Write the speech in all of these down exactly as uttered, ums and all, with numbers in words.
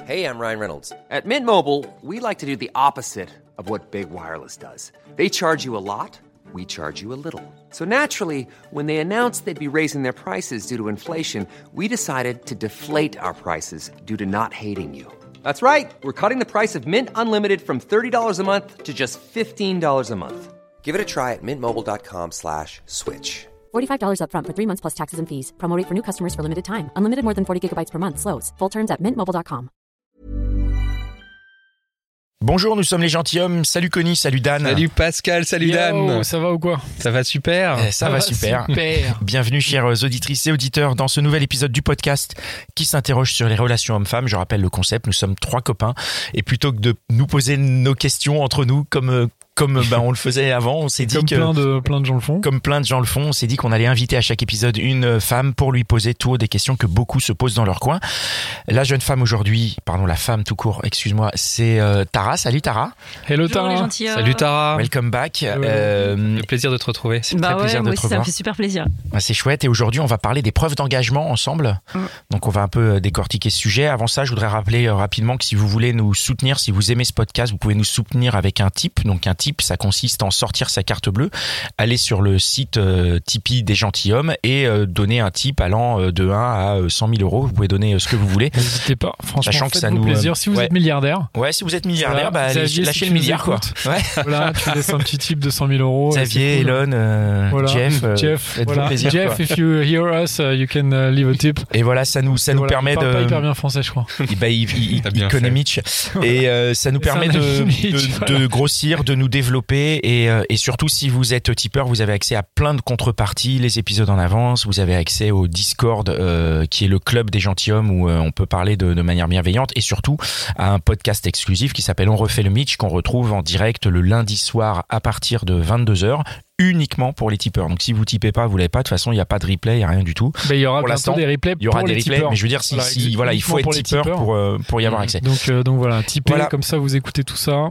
Hey, I'm Ryan Reynolds. At Mint Mobile, we like to do the opposite of what Big Wireless does. They charge you a lot, we charge you a little. So naturally, when they announced they'd be raising their prices due to inflation, we decided to deflate our prices due to not hating you. That's right. We're cutting the price of Mint Unlimited from thirty dollars a month to just fifteen dollars a month. Give it a try at mintmobile.com slash switch. forty-five dollars up front for three months plus taxes and fees. Promo rate for new customers for limited time. Unlimited more than forty gigabytes per month slows. Full terms at mint mobile dot com. Bonjour, nous sommes les gentilshommes. Salut Conny, salut Dan. Salut Pascal, salut Yo, Dan. ça va ou quoi? Ça va super. Eh, ça, ça va, va super. super. Bienvenue chères auditrices et auditeurs dans ce nouvel épisode du podcast qui s'interroge sur les relations hommes-femmes. Je rappelle le concept, nous sommes trois copains et plutôt que de nous poser nos questions entre nous comme... Euh, Comme ben, on le faisait avant, on s'est dit comme que... Plein de, plein de gens le font. Comme plein de gens le font, on s'est dit qu'on allait inviter à chaque épisode une femme pour lui poser tout haut des questions que beaucoup se posent dans leur coin. La jeune femme aujourd'hui, pardon, la femme tout court, excuse-moi, c'est euh, Tara. Salut Tara. Hello Bonjour, Tara. Salut Tara. Welcome back. Euh, le plaisir de te retrouver. C'est bah très ouais, plaisir moi de te aussi, revoir. ça me fait super plaisir. Bah, c'est chouette et aujourd'hui on va parler des preuves d'engagement ensemble. Mm. Donc on va un peu décortiquer ce sujet. Avant ça, je voudrais rappeler euh, rapidement que si vous voulez nous soutenir, si vous aimez ce podcast, vous pouvez nous soutenir avec un tip. Donc un tip, ça consiste en sortir sa carte bleue, aller sur le site euh, Tipeee des gentilshommes et euh, donner un tip allant euh, de un à cent mille euros. Vous pouvez donner euh, ce que vous voulez. N'hésitez pas, franchement, Sachant que ça faites-vous nous plaisir. Si vous ouais. êtes milliardaire. Ouais, si vous êtes milliardaire, voilà, bah, Xavier, lâchez si le tu milliard quoi. Ouais. Voilà, tu laisses un petit tip de cent mille euros. Xavier, cool. Elon, euh, voilà. Jeff, euh, Jeff, faites-vous voilà. plaisir. Jeff, Quoi. if you hear us, uh, you can uh, leave a tip. Et voilà, ça nous, ça et nous voilà, permet il parle de. Pas hyper bien français, je crois. Et bah, il, il, il, il connaît fait. Mitch. Et euh, ça nous permet de, Mitch, de, voilà. de grossir, de nous développer. Et, euh, et surtout, si vous êtes tipeur, vous avez accès à plein de contreparties, les épisodes en avance. Vous avez accès au Discord, euh, qui est le club des gentilshommes où euh, on peut parler de, de manière bienveillante. Et surtout, à un podcast exclusif qui s'appelle On refait le Mitch, qu'on retrouve en direct le lundi soir à partir de vingt-deux heures. Uniquement pour les tipeurs. Donc si vous tipez pas, vous l'avez pas. De toute façon, il n'y a pas de replay, il n'y a rien du tout. Ben, il y aura pour bientôt des replays. Il y aura pour des les replays, tipeurs. mais je veux dire, si, voilà, si voilà, il faut être pour les tipeur tipeurs. pour, euh, pour y avoir accès. Donc, euh, donc voilà, tipez, Voilà. comme ça vous écoutez tout ça.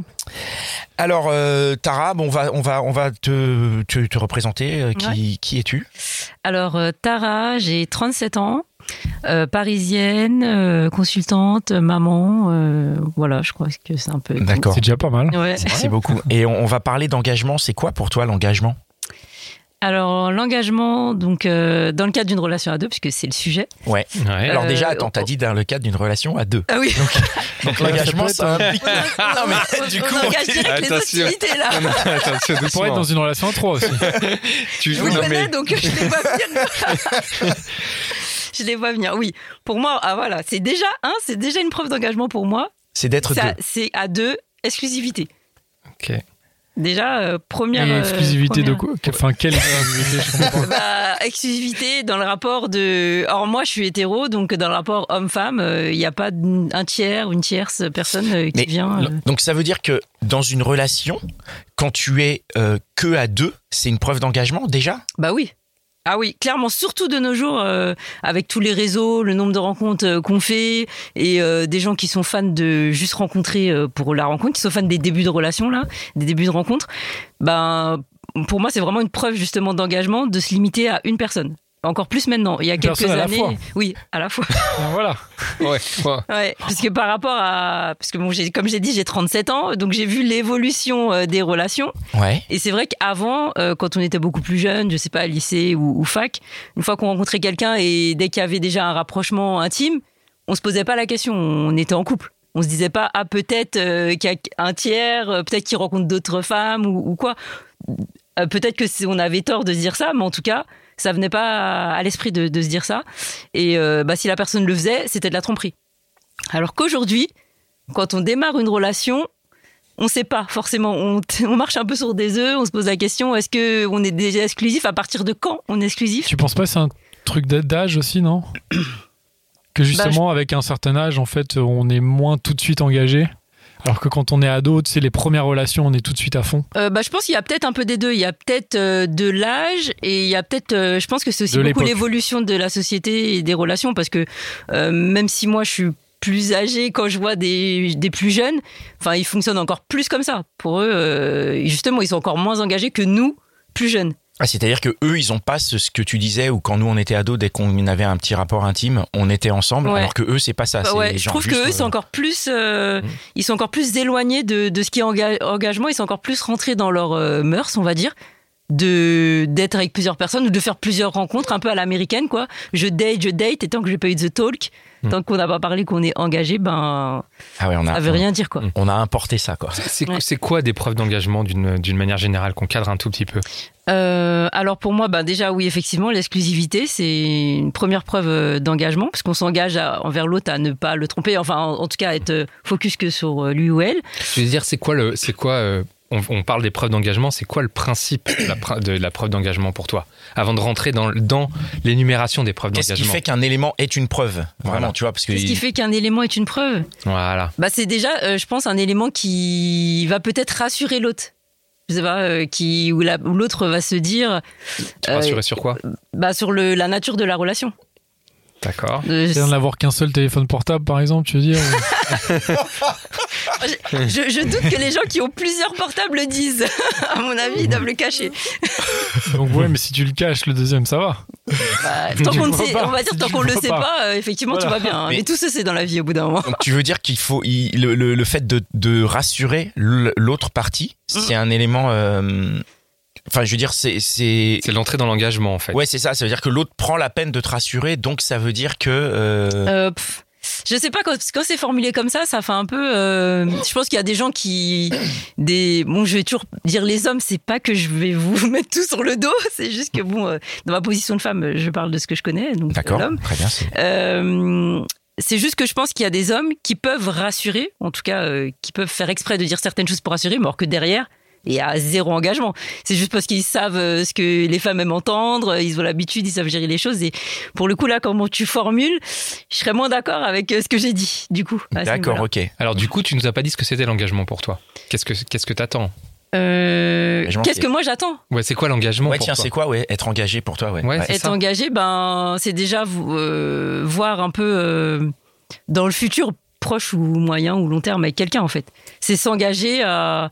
Alors euh, Tara, bon, on va on va on va te te, te représenter. Euh, qui Ouais. qui es-tu? Alors, euh, Tara, j'ai trente-sept ans, euh, parisienne, euh, consultante, maman. Euh, voilà, je crois que c'est un peu. tout. D'accord. C'est déjà pas mal. Ouais. C'est beaucoup. Et on, on va parler d'engagement. C'est quoi pour toi l'engagement? Alors, l'engagement, donc, euh, dans le cadre d'une relation à deux, puisque c'est le sujet. Ouais. Ouais. Alors Euh, déjà, attends, t'as oh. dit dans le cadre d'une relation à deux. Ah oui. Donc l'engagement, ça peut implique. Non mais du coup, on engage direct les Attention. hostilités, là. Attention, Vous pourrez être dans une relation à trois aussi. tu Je vous non, connais, mais- donc je les vois venir. Je les vois venir, oui. Pour moi, ah voilà, c'est déjà, hein, c'est déjà une preuve d'engagement pour moi. c'est d'être Ça, deux. c'est à deux, exclusivité. Ok. Déjà, euh, première. Et euh, exclusivité de première- quoi? Enfin, quelle exclusivité? Je comprends pas. Bah, exclusivité dans le rapport de. Or, moi, je suis hétéro, donc dans le rapport homme-femme, il n'y a pas un tiers ou une tierce personne euh, qui Mais vient. euh, Donc ça veut dire que dans une relation, quand tu es euh, que à deux, c'est une preuve d'engagement déjà? Bah oui. Ah oui, clairement, surtout de nos jours, euh, avec tous les réseaux, le nombre de rencontres euh, qu'on fait, et euh, des gens qui sont fans de juste rencontrer euh, pour la rencontre, qui sont fans des débuts de relation, là, des débuts de rencontre, ben, pour moi, c'est vraiment une preuve justement d'engagement de se limiter à une personne. Encore plus maintenant. Il y a Une quelques personne à la années. fois. Oui, à la fois. Ah, voilà. Ouais. ouais. Ouais, parce que par rapport à, parce que bon, j'ai, comme j'ai dit, j'ai trente-sept ans, donc j'ai vu l'évolution euh, des relations. Ouais. Et c'est vrai qu'avant, euh, quand on était beaucoup plus jeune, je sais pas, lycée ou, ou fac, une fois qu'on rencontrait quelqu'un et dès qu'il y avait déjà un rapprochement intime, on se posait pas la question, on était en couple. On se disait pas, ah peut-être euh, qu'il y a un tiers, euh, peut-être qu'il rencontre d'autres femmes ou, ou quoi. Euh, peut-être que c'est, on avait tort de se dire ça, mais en tout cas, ça venait pas à l'esprit de, de se dire ça. Et euh, bah, si la personne le faisait, c'était de la tromperie. Alors qu'aujourd'hui, quand on démarre une relation, on ne sait pas forcément. On, on marche un peu sur des œufs, on se pose la question, est-ce qu'on est déjà exclusif? À partir de quand on est exclusif? Tu penses pas que c'est un truc d'âge aussi, non? Que justement, bah, je... avec un certain âge, en fait, on est moins tout de suite engagé. Alors que quand on est ado, tu sais, les premières relations, on est tout de suite à fond. Euh, bah, je pense qu'il y a peut-être un peu des deux. Il y a peut-être euh, de l'âge et il y a peut-être, euh, je pense que c'est aussi de beaucoup l'époque. l'évolution de la société et des relations, parce que euh, même si moi je suis plus âgée, quand je vois des, des plus jeunes, enfin ils fonctionnent encore plus comme ça. Pour eux, euh, justement, ils sont encore moins engagés que nous, plus jeunes. Ah, c'est-à-dire que eux, ils ont pas ce, ce que tu disais, ou quand nous on était ados, dès qu'on avait un petit rapport intime, on était ensemble, Ouais. alors que eux, c'est pas ça. Bah c'est ouais, je genre trouve juste, que eux euh, sont encore plus, euh, Mmh. ils sont encore plus éloignés de, de ce qui est enga- engagement. Ils sont encore plus rentrés dans leurs euh, mœurs, on va dire, de d'être avec plusieurs personnes ou de faire plusieurs rencontres, un peu à l'américaine, quoi. Je date, je date, et tant que j'ai pas eu de the talk, Mmh. tant qu'on n'a pas parlé, qu'on est engagé, ben, Ah ouais, on a, ça veut on- rien dire, quoi. on a importé ça, quoi. C'est Ouais. c'est quoi des preuves d'engagement d'une d'une manière générale, qu'on cadre un tout petit peu? Euh, alors pour moi, ben déjà oui, effectivement, l'exclusivité, c'est une première preuve euh, d'engagement, parce qu'on s'engage à- envers l'autre à ne pas le tromper, enfin en, en tout cas à être euh, focus que sur euh, lui ou elle. Je veux dire, c'est quoi le, c'est quoi euh, on, on parle des preuves d'engagement, c'est quoi le principe de la, pre- de la preuve d'engagement pour toi? Avant de rentrer dans, dans l'énumération des preuves Qu'est-ce qui d'engagement. fait qu'un élément est une preuve? Vraiment, Voilà. tu vois, parce que. Qu'est-ce qui fait qu'un élément est une preuve? Voilà. Bah c'est déjà, euh, je pense, un élément qui va peut-être rassurer l'autre. Je sais pas, euh, qui, où, la- où l'autre va se dire, Tu euh, rassurer sur quoi? bah sur le, la nature de la relation. D'accord. Euh, C'est-à-dire n'avoir qu'un seul téléphone portable, par exemple, tu veux dire je, je- je doute que les gens qui ont plusieurs portables le disent. À mon avis, ils doivent le cacher. Donc ouais, mais si tu le caches, le deuxième, ça va. Bah, tant Tu qu'on ne le vois sait, pas. on va dire Si tant tu qu'on le le vois sait pas. pas, euh, effectivement, Voilà. tout va bien. hein. Mais- Mais tout se sait dans la vie au bout d'un moment. Donc tu veux dire qu'il faut il- le, le, le fait de, de rassurer l- l'autre partie, c'est un élément. euh, Enfin, je veux dire, c'est c'est. C'est l'entrée dans l'engagement, en fait. Ouais, c'est ça. Ça veut dire que l'autre prend la peine de te rassurer, donc ça veut dire que. euh, Euh, pff, je sais pas, quand, quand c'est formulé comme ça, ça fait un peu. euh, je pense qu'il y a des gens qui. Des, bon, je vais toujours dire les hommes, c'est pas que je vais vous mettre tout sur le dos, c'est juste que, bon, euh, dans ma position de femme, je parle de ce que je connais, donc D'accord, l'homme. très bien. c'est- Euh, c'est juste que je pense qu'il y a des hommes qui peuvent rassurer, en tout cas, euh, qui peuvent faire exprès de dire certaines choses pour rassurer, mais alors que derrière, il y a zéro engagement. C'est juste parce qu'ils savent euh, ce que les femmes aiment entendre, ils ont l'habitude, ils savent gérer les choses. Et pour le coup, là, comment tu formules, je serais moins d'accord avec euh, ce que j'ai dit, du coup. à ce D'accord, niveau-là. ok. Alors, du coup, tu nous as pas dit ce que c'était l'engagement pour toi. Qu'est-ce que qu'est-ce que t'attends? Euh, Engagement, Qu'est-ce c'est- que moi j'attends? Ouais, c'est quoi l'engagement Ouais, pour tiens, toi? c'est quoi, ouais, être engagé pour toi, ouais. Ouais, Ouais. c'est Être ça. engagé, ben, c'est déjà vous, euh, voir un peu euh, dans le futur proche ou moyen ou long terme avec quelqu'un, en fait. C'est s'engager à...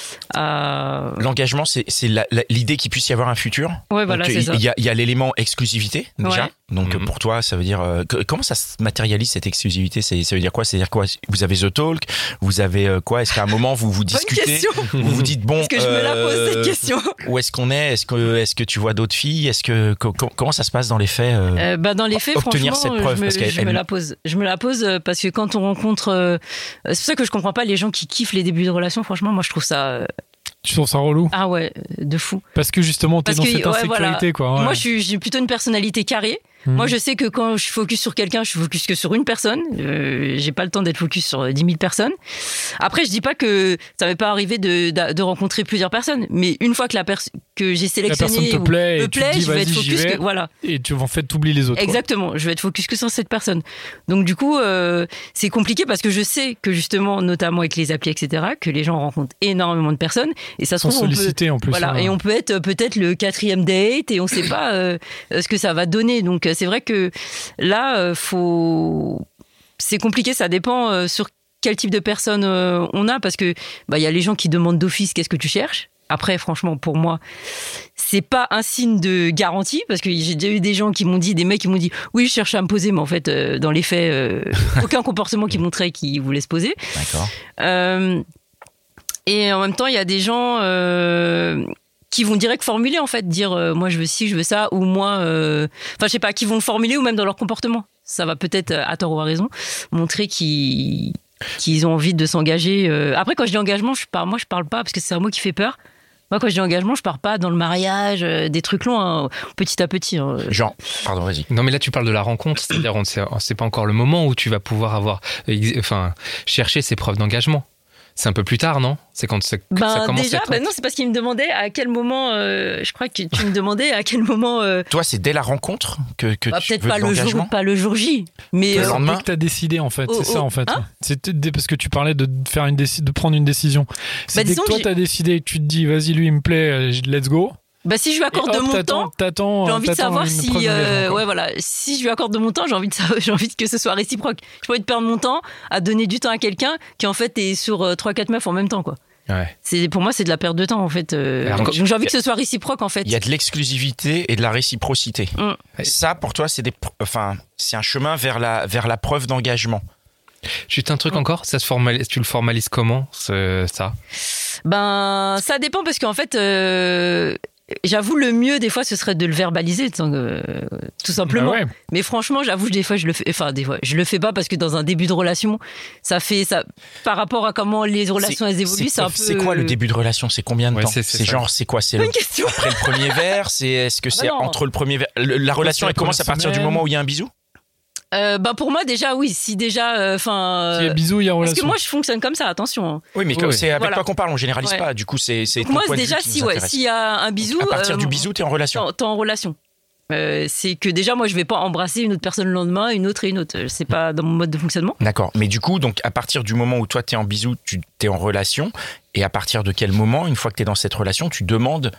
à... L'engagement, c'est c'est la- la- l'idée qu'il puisse y avoir un futur. Ouais, voilà, Donc, c'est il ça. il y a, il y a l'élément exclusivité déjà. Ouais. Donc Mhm. pour toi, ça veut dire euh, que- comment ça se matérialise cette exclusivité? C'est ça veut dire quoi? C'est-à-dire quoi? Vous avez the talk, vous avez euh, quoi? Est-ce qu'à un moment vous vous Bonne discutez, question. vous vous dites bon, Parce que je me la pose euh, cette question. où est-ce qu'on est? Est-ce que est-ce que tu vois d'autres filles? Est-ce que co- co- comment ça se passe dans les faits? euh Euh, bah, dans les faits, obtenir franchement, cette preuve, je, me, parce qu'elle- je me elle- la pose. Je me la pose euh, parce que quand on rencontre, euh, c'est pour ça que je comprends pas les gens qui kiffent les débuts de relation. Franchement, moi, je trouve ça, euh, Tu trouves ça relou ah ouais, de fou. Parce que justement, t'es Parce dans que, cette ouais, insécurité, voilà. quoi. ouais. Moi, je suis, j'ai plutôt une personnalité carrée. Mhm. Moi, je sais que quand je focus sur quelqu'un, je focus que sur une personne. Euh, j'ai pas le temps d'être focus sur dix mille personnes. Après, je dis pas que ça m'est pas arrivé de, de, de rencontrer plusieurs personnes, mais une fois que la personne que j'ai sélectionnée personne te ou plaît et me tu te plaît, dis, je vais être vas-y, j'y focus vais. que voilà. Et tu en fait, t'oublies les autres. quoi. Exactement, je vais être focus que sur cette personne. Donc du coup, euh, c'est compliqué parce que je sais que justement, notamment avec les applis, et cetera, que les gens rencontrent énormément de personnes et ça se Sans trouve, on peut, solliciter en plus. voilà, hein. et on peut être euh, peut-être le quatrième date et on sait pas euh, ce que ça va donner. Donc euh, c'est vrai que là, euh, faut, c'est compliqué, ça dépend euh, sur quel type de personne euh, on a parce que bah il y a les gens qui demandent d'office qu'est-ce que tu cherches. Après, franchement, pour moi, c'est pas un signe de garantie parce que j'ai déjà eu des gens qui m'ont dit, des mecs qui m'ont dit, oui, je cherche à me poser, mais en fait, euh, dans les faits, euh, aucun comportement qui montrait qu'ils voulaient se poser. D'accord. Euh, et en même temps, il y a des gens euh, qui vont direct formuler, en fait, dire, euh, moi, je veux ci, je veux ça, ou moi, euh, enfin, je sais pas, qui vont le formuler ou même dans leur comportement. Ça va peut-être, à tort ou à raison, montrer qu'ils qu'ils ont envie de s'engager. Euh, Après, quand je dis engagement, je parle, moi, je parle pas parce que c'est un mot qui fait peur. Moi, quand je dis engagement, je pars pas dans le mariage, euh, des trucs longs, hein, petit à petit. Hein. Genre, pardon, vas-y. Non, mais là, tu parles de la rencontre, c'est-à-dire, on sait- c'est pas encore le moment où tu vas pouvoir avoir, ex- enfin, chercher ces preuves d'engagement. C'est un peu plus tard, non? C'est quand c'est- que ça Ben commence déjà, à être- ben non, c'est parce qu'il me demandait à quel moment. euh, je crois que tu me demandais à quel moment. euh, Toi, c'est dès la rencontre que, que bah, tu peut-être veux pas de le l'engagement? jour, pas le jour J, mais Le euh, lendemain. Dès que t'as décidé, en fait, Oh, c'est ça, oh, en fait. hein C'est dès- parce que tu parlais de faire une déci- de prendre une décision. C'est Bah, dès disons que toi que t'as décidé, tu te dis, vas-y, lui il me plaît, euh, let's go. bah, si je lui accorde Et de hop, mon t'attends- temps. t'attends- J'ai envie de t'attends savoir une si, preuve d'engagement, euh, quoi. ouais, voilà, si je lui accorde de mon temps, j'ai envie de savoir, j'ai envie que ce soit réciproque. Je peux pas perdre mon temps à donner du temps à quelqu'un qui en fait est sur euh, trois quatre meufs en même temps, quoi. Ouais. C'est, pour moi, c'est de la perte de temps, en fait. Euh, Alors, j'ai envie que ce soit réciproque, en fait. Il y a de l'exclusivité et de la réciprocité. Mm. Ça, pour toi, c'est des, enfin, c'est un chemin vers la, vers la preuve d'engagement. Juste un truc encore, ça se formalise, tu le formalises comment, ce, ça Ben, ça dépend parce qu'en fait, euh, j'avoue, le mieux, des fois, ce serait de le verbaliser, euh, tout simplement. Ah ouais. Mais franchement, j'avoue, des fois, je le fais, enfin, des fois, je le fais pas parce que dans un début de relation, ça fait, ça, par rapport à comment les relations, elles évoluent, c'est, c'est, un peu. c'est quoi le début de relation? C'est combien de Ouais, temps? c'est- c'est C'est ça. genre, c'est quoi? C'est Bonne le- question. après le premier verre? C'est, est-ce que Ah bah c'est non. entre le premier verre? Le- La relation, c'est la elle commence à première partir du semaine. moment où il y a un bisou? Euh, ben, pour moi, déjà, oui, si déjà, enfin. S'il y a bisous, il y a parce relation. que moi, je fonctionne comme ça, attention. hein. Oui, mais Oui, oui. c'est avec Voilà. toi qu'on parle, on généralise Ouais. pas. Du coup, c'est, c'est Donc ton moi, point de vue déjà, qui si, nous ouais, intéresse. s'il y a un bisou. À partir euh, du bisou, t'es en relation. T'es en relation. Euh, c'est que déjà, moi, je vais pas embrasser une autre personne le lendemain, une autre et une autre. C'est pas dans mon mode de fonctionnement. D'accord. Mais du coup, donc, à partir du moment où toi, t'es en bisou, tu t'es en relation. Et à partir de quel moment, une fois que t'es dans cette relation, tu demandes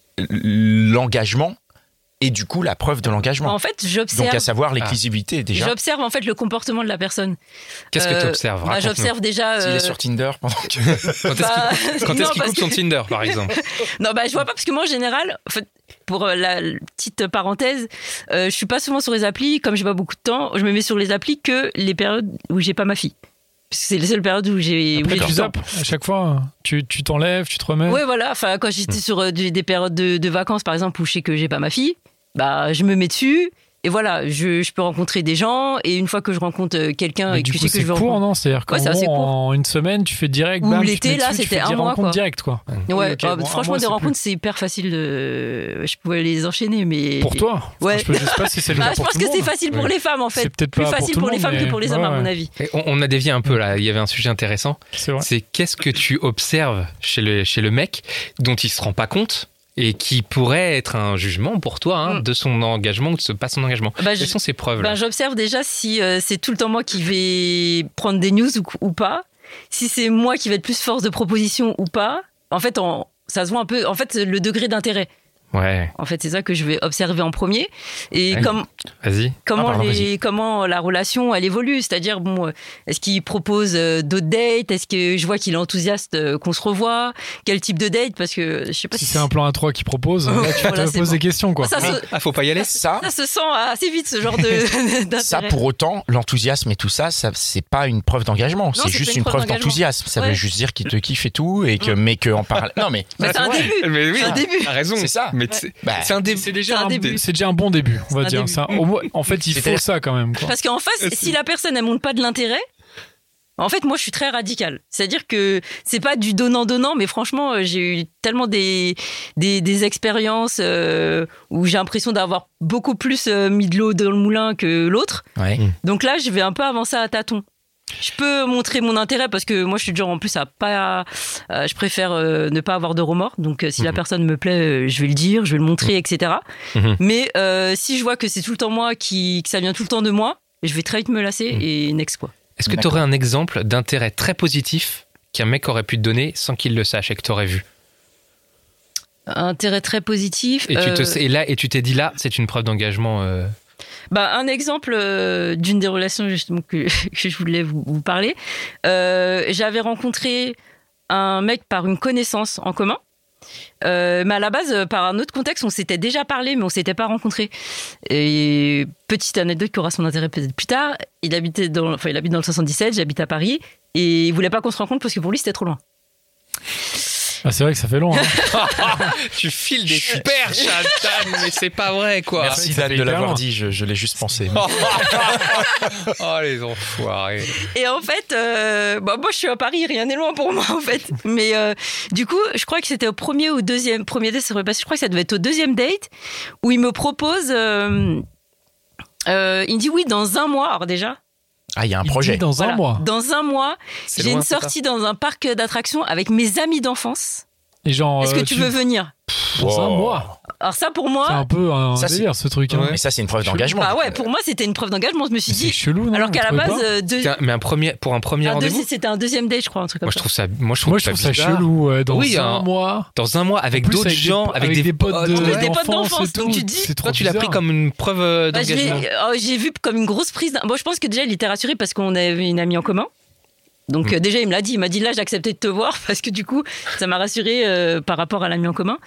l'engagement et du coup, la preuve de l'engagement? En fait, j'observe. Donc, à savoir l'exclusivité, déjà. J'observe en fait le comportement de la personne. Qu'est-ce que Euh, tu observes? bah, J'observe déjà. S'il euh, est sur Tinder pendant que... Quand est-ce bah, qu'il, quand est-ce non, qu'il parce coupe son que- Tinder, par exemple? Non, bah je vois pas parce que moi en général, en fait, pour euh, la petite parenthèse, euh, je suis pas souvent sur les applis. Comme j'ai pas beaucoup de temps, je me mets sur les applis que les périodes où j'ai pas ma fille. Parce que c'est les seules périodes où j'ai. où Après, j'ai tu du temps. zappes à chaque fois. Tu, tu t'enlèves, tu te remets. Ouais, voilà. Enfin, quand j'étais sur euh, des, des périodes de, de vacances, par exemple, où je sais que j'ai pas ma fille, bah, je me mets dessus. Et voilà, je, je peux rencontrer des gens. Et une fois que je rencontre euh, quelqu'un Mais et que du je coup, sais que c'est je vais court, rencontrer. non? C'est-à-dire qu'en Ouais, c'est assez gros, court. en une semaine, tu fais direct. Ou bam, tu te l'été, mets là, dessus, tu c'était fais un des mois, rencontres quoi. direct, quoi. Ouais, Ok, bah, bon, un franchement, mois, des c'est rencontres, plus. c'est hyper facile de. Je pouvais les enchaîner, mais. Pour toi. Ouais. Enfin, je, je sais pas si c'est le Bah, cas je pour pense tout que le c'est monde. facile pour Oui. les femmes, en fait. C'est peut-être plus pas pour facile tout le pour les monde, femmes que mais- pour les hommes, ouais, à mon ouais. avis. Et on, on a dévié un peu là, il y avait un sujet intéressant. C'est vrai. C'est qu'est-ce que tu observes chez le, chez le mec dont il se rend pas compte et qui pourrait être un jugement pour toi hein, Mm. de son engagement ou de ce- pas son engagement. Bah, Quelles je- sont ces preuves Ben, là j'observe déjà si euh, c'est tout le temps moi qui vais prendre des news ou, ou pas. Si c'est moi qui vais être plus force de proposition ou pas. En fait, en- ça se voit un peu. En fait, le degré d'intérêt. Ouais, En fait, c'est ça que je vais observer en premier. Et Ouais. comme, vas-y. comment, Ah, pardon, les, comment la relation, elle évolue. C'est-à-dire, bon, euh, est-ce qu'il propose euh, d'autres dates? Est-ce que je vois qu'il est enthousiaste euh, qu'on se revoit? Quel type de date? Parce que je sais pas Si si, c'est un plan à trois qui propose, là, tu Voilà, te c'est poses bon. des questions, quoi. ça, se, Ah, faut pas y aller Ça, ça se sent assez vite, ce genre de, d'intérêt. ça, pour autant, l'enthousiasme et tout ça, ça c'est pas une preuve d'engagement. C'est c'est juste pas une une preuve preuve d'engagement. d'enthousiasme. Ça veut Ouais. juste dire qu'il te kiffe et tout, et que, mais que en parallèle. Non, mais. Bah, c'est un vrai. début. Mais oui, C'est un début. t'as raison. C'est ça. Mais c'est Bah, c'est un début. C'est déjà, C'est un un début. c'est déjà un bon début, on va C'est un dire. début. Ça, au moins- en fait, il faut C'est-à-dire- ça quand même. Quoi. Parce qu'en face, si la personne elle montre pas de l'intérêt, en fait, moi, je suis très radicale. C'est-à-dire que c'est pas du donnant-donnant, mais franchement, euh, j'ai eu tellement des, des, des expériences euh, où j'ai l'impression d'avoir beaucoup plus euh, mis de l'eau dans le moulin que l'autre. Ouais. Donc là, je vais un peu avancer à tâtons. Je peux montrer mon intérêt parce que moi, je suis du genre en plus à pas. euh, je préfère euh, ne pas avoir de remords. Donc, euh, si la Mhm. personne me plaît, euh, je vais le dire, je vais le montrer, et cetera. Mhm. Mais euh, si je vois que c'est tout le temps moi, qui, que ça vient tout le temps de moi, je vais très vite me lasser Mhm. et next quoi. Est-ce que tu aurais un exemple d'intérêt très positif qu'un mec aurait pu te donner sans qu'il le sache et que tu aurais vu Intérêt très positif. et, tu te, euh, et là, et tu t'es dit là, c'est une preuve d'engagement. euh, Bah, un exemple euh, d'une des relations justement que, que je voulais vous, vous parler. Euh, j'avais rencontré un mec par une connaissance en commun. Euh, mais à la base, euh, par un autre contexte, on s'était déjà parlé, mais on s'était pas rencontrés. Et petite anecdote qui aura son intérêt peut-être plus tard. Il habitait dans, enfin, il habite dans le soixante-dix-sept, j'habite à Paris, et il voulait pas qu'on se rencontre parce que pour lui c'était trop loin. Ah, c'est vrai que ça fait long. Hein. Tu files des super chatanes, mais c'est pas vrai quoi. Merci ça Dan fait de hyper l'avoir loin. dit, je, je l'ai juste pensé. Oh les enfoirés. Et en fait, euh, bah, moi je suis à Paris, rien n'est loin pour moi en fait. Mais euh, du coup, je crois que c'était au premier ou deuxième, premier date, ça serait passé, je crois que ça devait être au deuxième date, où il me propose, euh, euh, il me dit oui, dans un mois, alors déjà. Ah, il y a un Il projet. dit dans Voilà. un mois. Dans un mois, C'est j'ai loin, une c'est ça sortie dans un parc d'attractions avec mes amis d'enfance. Et genre, Est-ce euh, que tu veux venir? Dans un Wow. mois. Alors ça pour C'est moi, un peu un Ça, c'est- délire, ce truc. Hein. Ouais. Mais ça, c'est une preuve d'engagement. bah ouais, pour moi c'était une preuve d'engagement. Je me suis C'est dit, chelou, non alors qu'à la vous trouvez base, pas euh, deux- Tiens, mais un premier, pour un premier un rendez-vous, deuxi- c'était un deuxième date, je crois, un truc comme moi je ça. trouve ça, moi je trouve, Moi, je trouve ça bizarre. chelou. ouais, Dans Oui, un un- mois. Dans un mois, avec En plus, d'autres des- gens, avec, des, potes de, En plus, des potes d'enfance d'enfance, et tout. donc tu te dis- C'est trop Toi, tu l'as pris bizarre. comme une preuve euh, Bah, je l'ai- d'engagement. oh, j'ai vu comme une grosse prise. d'un- Bon, je pense que déjà il était rassuré parce qu'on avait une amie en commun. Donc Mmh. euh, déjà, il me l'a dit. Il m'a dit là, j'ai accepté de te voir parce que du coup, ça m'a rassuré euh, par rapport à l'ami en commun.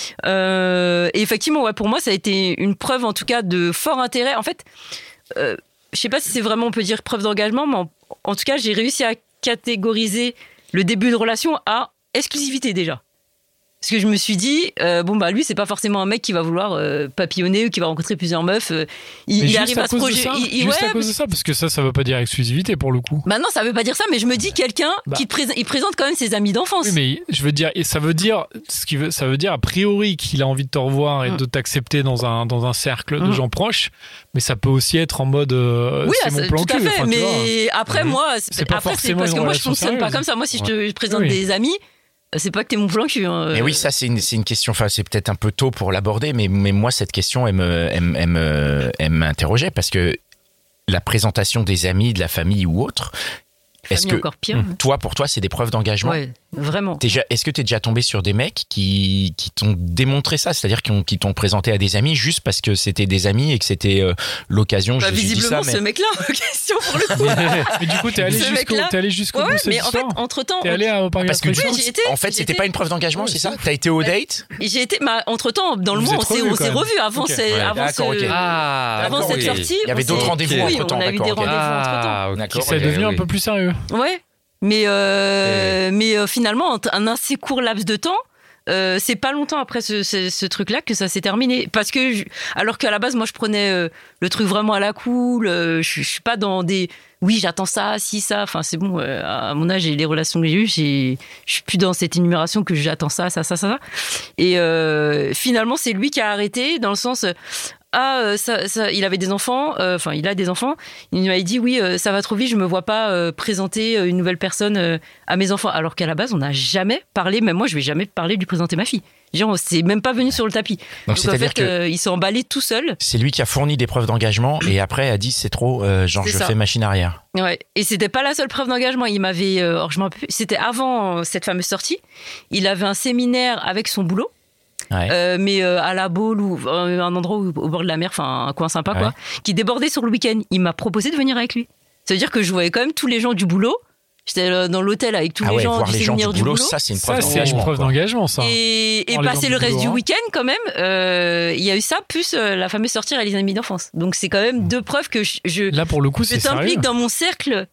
Euh, et effectivement, ouais, pour moi, ça a été une preuve, en tout cas, de fort intérêt. En fait, euh, je sais pas si c'est vraiment, on peut dire, preuve d'engagement, mais en, en tout cas, j'ai réussi à catégoriser le début de relation à exclusivité déjà. Parce que je me suis dit, euh, bon, bah lui, c'est pas forcément un mec qui va vouloir euh, papillonner ou qui va rencontrer plusieurs meufs. Euh, il, Mais il juste arrive à, à se cause de projeter. ça, il- il- juste ouais, à cause de ça, parce que ça, ça veut pas dire exclusivité pour le coup. Bah non, ça veut pas dire ça, mais je me dis quelqu'un Bah. qui te présente, il présente quand même ses amis d'enfance. Oui, mais je veux dire, et ça veut dire, ce qui veut, ça veut dire a priori qu'il a envie de te revoir et Mm. de t'accepter dans un, dans un cercle de Mm. gens proches, mais ça peut aussi être en mode euh, Oui, c'est ah, mon c'est- plan tout à cul. fait. Enfin, tu vois. Mais après, Mhm. moi, C'est pas après, c'est forcément parce une que moi, je relation fonctionne pas sérieuse. comme ça. Moi, si je te présente Oui. des amis, c'est pas que t'es mon plan cul. Hein. Mais oui, ça c'est une, c'est une question, enfin c'est peut-être un peu tôt pour l'aborder, mais, mais moi cette question elle me, elle, me- elle me- elle m'interrogeait parce que la présentation des amis, de la famille ou autre, est-ce Famille que encore pire. toi pour toi c'est des preuves d'engagement? Ouais, vraiment. T'es déjà- Est-ce que tu es déjà tombé sur des mecs qui, qui t'ont démontré ça, c'est-à-dire qui, ont- qui t'ont présenté à des amis juste parce que c'était des amis et que c'était euh, l'occasion? Bah, je- je dis visiblement, ça, mais- ce mec-là, question pour le coup. Mais du coup, t'es allé Ce jusqu'au, mec-là- t'es allé jusqu'au Ouais, bout ouais, de cette mais en fait, histoire. entre temps, T'es allé au parc Parce que du Oui, coup, j'y étais, en fait, j'y c'était étais. pas une preuve d'engagement, Ouais, c'est c'est ça? T'as été au date? j'ai été, bah, entre temps, dans le Vous mois, on êtes s'est, revus, on s'est quand même. revus avant, Ok. ce- Ouais, avant d'accord, ce- ok. Ah, avant d'accord, cette oui. sortie. Il y avait on d'autres s'est- rendez-vous Oui, entre-temps, on a eu des d'accord, ok. rendez-vous entre temps. Ah, ok. D'accord, Ça est ok, devenu un oui. peu plus sérieux. Ouais, mais, euh, mais euh, finalement, en un assez court laps de temps, euh, c'est pas longtemps après ce, ce, ce truc-là que ça s'est terminé. Parce que, je- alors qu'à la base, moi, je prenais euh, le truc vraiment à la cool, euh, je, je suis pas dans des. Oui, j'attends ça, si, ça. Enfin, c'est bon, euh, à mon âge et les relations que j'ai eues, j'ai- je suis plus dans cette énumération que j'attends ça, ça, ça, ça. ça. Et euh, finalement, c'est lui qui a arrêté, dans le sens. euh, Ah, euh, ça, ça, il avait des enfants, euh, enfin, il a des enfants. Il m'avait dit, oui, euh, ça va trop vite, je me vois pas euh, présenter euh, une nouvelle personne euh, à mes enfants. Alors qu'à la base, on n'a jamais parlé, même moi, je vais jamais parler de lui présenter ma fille. Genre, c'est même pas venu sur le tapis. Donc, Donc, en c'est-à-dire fait, que euh, il s'est emballé tout seul. c'est lui qui a fourni des preuves d'engagement et après a dit c'est trop, euh, genre C'est je ça. fais machine arrière. Ouais. Et c'était pas la seule preuve d'engagement. Il m'avait, euh, alors je m'en rappelle plus, c'était avant euh, cette fameuse sortie. Il avait un séminaire avec son boulot. Ouais. Euh, mais euh, à la Baule ou euh, un endroit où- au bord de la mer, enfin un coin sympa Ouais. quoi, qui débordait sur le week-end. Il m'a proposé de venir avec lui. Ça veut dire que je voyais quand même tous les gens du boulot. J'étais euh, dans l'hôtel avec tous Ah les ouais, gens voir du les gens du séminaire boulot, du boulot. ça c'est une preuve Ça, c'est une d'engagement. preuve quoi. d'engagement, ça. Et, et Voir les passer gens le du reste boulot, du hein. week-end quand même, euh, il y a eu ça, plus euh, la fameuse sortie réalisée amis d'enfance. Donc c'est quand même deux preuves que je, je, Là, pour le coup, je c'est sérieux. t'implique dans mon cercle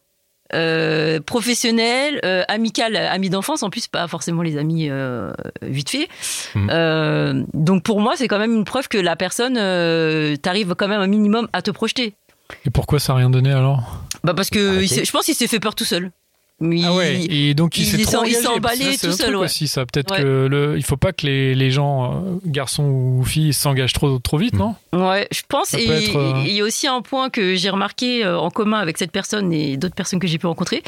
euh, professionnel, euh, amical, amis d'enfance, en plus pas forcément les amis euh, vite fait. Mhm. Euh, donc pour moi, c'est quand même une preuve que la personne, euh, t'arrive quand même un minimum à te projeter. Et pourquoi ça n'a rien donné alors? Bah parce que Arrêtez. il s'est- je pense qu'il s'est fait peur tout seul. Mais Ah ouais, il- et donc il, il s'est s'est- trop il s'est engagé. emballé Ça, c'est tout le seul, truc ouais. aussi, ça. Peut-être Ouais. que le, il faut pas que les, les gens, euh, garçons ou filles, s'engagent trop, trop vite, non? Ouais, je pense. Ça Et peut être, euh, il y a aussi un point que j'ai remarqué euh, en commun avec cette personne et d'autres personnes que j'ai pu rencontrer,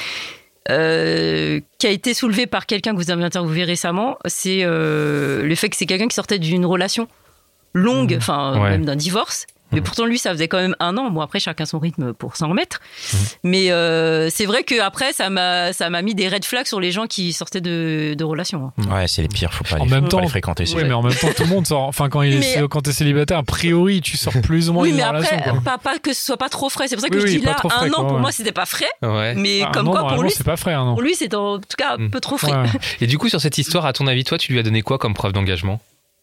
euh, qui a été soulevé par quelqu'un que vous avez interviewé récemment, c'est euh, le fait que c'est quelqu'un qui sortait d'une relation longue, Mmh. enfin Ouais. même d'un divorce. Mais pourtant, lui, ça faisait quand même un an. Bon, après, chacun son rythme pour s'en remettre. Mmh. Mais euh, c'est vrai qu'après, ça m'a, ça m'a mis des red flags sur les gens qui sortaient de, de relations. hein. Ouais, c'est les pires, faut pas En les, même faut temps, pas les fréquenter. Oui, c'est- mais en même temps, tout le monde sort. Enfin, quand, il est, Mais- quand t'es célibataire, a priori, tu sors plus ou moins Oui, d'une mais relation. après, quoi. pas, pas que ce soit pas trop frais. C'est pour ça que Oui, je oui, dis pas là, trop frais, un an, quoi, pour ouais. moi, c'était pas frais. Ouais. Mais Ah, comme non, quoi, pour normalement, lui, c'est pas frais, hein, non. pour lui, c'est en tout cas un peu trop frais. Ouais. Et du coup, sur cette histoire, à ton avis, toi, tu lui as donné quoi comme preuve d'engagement?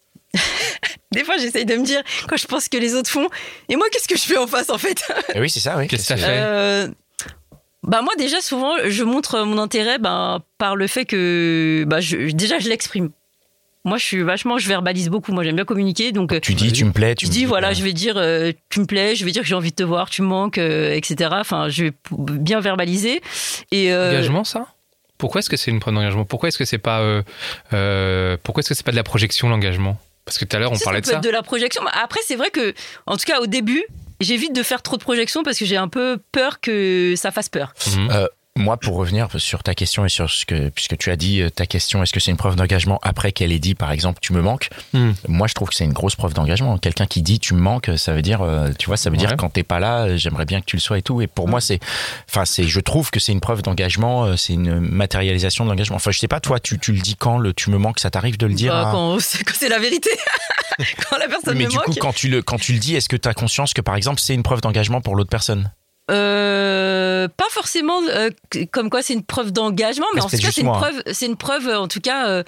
Des fois, j'essaye de me dire, quand je pense que les autres font, et moi, qu'est-ce que je fais en face, en fait Eh oui, c'est ça, oui. Qu'est-ce que ça fait? Euh, Bah moi, déjà, souvent, je montre mon intérêt bah, par le fait que, bah, je, déjà, je l'exprime. Moi, je suis vachement, je verbalise beaucoup. Moi, j'aime bien communiquer, donc. euh, Tu dis, tu me plais, tu je me dis, voilà, euh, je vais dire, euh, tu me plais, je vais dire que j'ai envie de te voir, tu me manques, euh, et cetera. Enfin, je vais p- bien verbaliser. Et, euh, Engagement, ça? Pourquoi est-ce que c'est une preuve d'engagement? Pourquoi est-ce que c'est pas, euh, euh, pourquoi est-ce que c'est pas de la projection, l'engagement? Parce que tout à l'heure, on ça, parlait ça de peut ça. être de la projection. Après, c'est vrai que, en tout cas, au début, j'évite de faire trop de projections parce que j'ai un peu peur que ça fasse peur. Mhm. Euh, Moi, pour revenir sur ta question et sur ce que, puisque tu as dit euh, ta question, est-ce que c'est une preuve d'engagement après qu'elle ait dit, par exemple, tu me manques? Hmm. Moi, je trouve que c'est une grosse preuve d'engagement. Quelqu'un qui dit tu me manques, ça veut dire, euh, tu vois, ça veut dire Ouais. quand t'es pas là, euh, j'aimerais bien que tu le sois et tout. Et pour moi, c'est, enfin, c'est, je trouve que c'est une preuve d'engagement, euh, c'est une matérialisation de l'engagement. Enfin, je sais pas, toi, tu, tu le dis quand le tu me manques, ça t'arrive de le dire? Bah, à- quand, c'est, quand c'est la vérité. Quand la personne Oui, mais me du manque. coup, quand tu le, quand tu le dis, est-ce que tu as conscience que, par exemple, c'est une preuve d'engagement pour l'autre personne? Euh, pas forcément euh, comme quoi c'est une preuve d'engagement, mais Ah, en c'est tout cas juste c'est une moi. preuve, c'est une preuve en tout cas euh,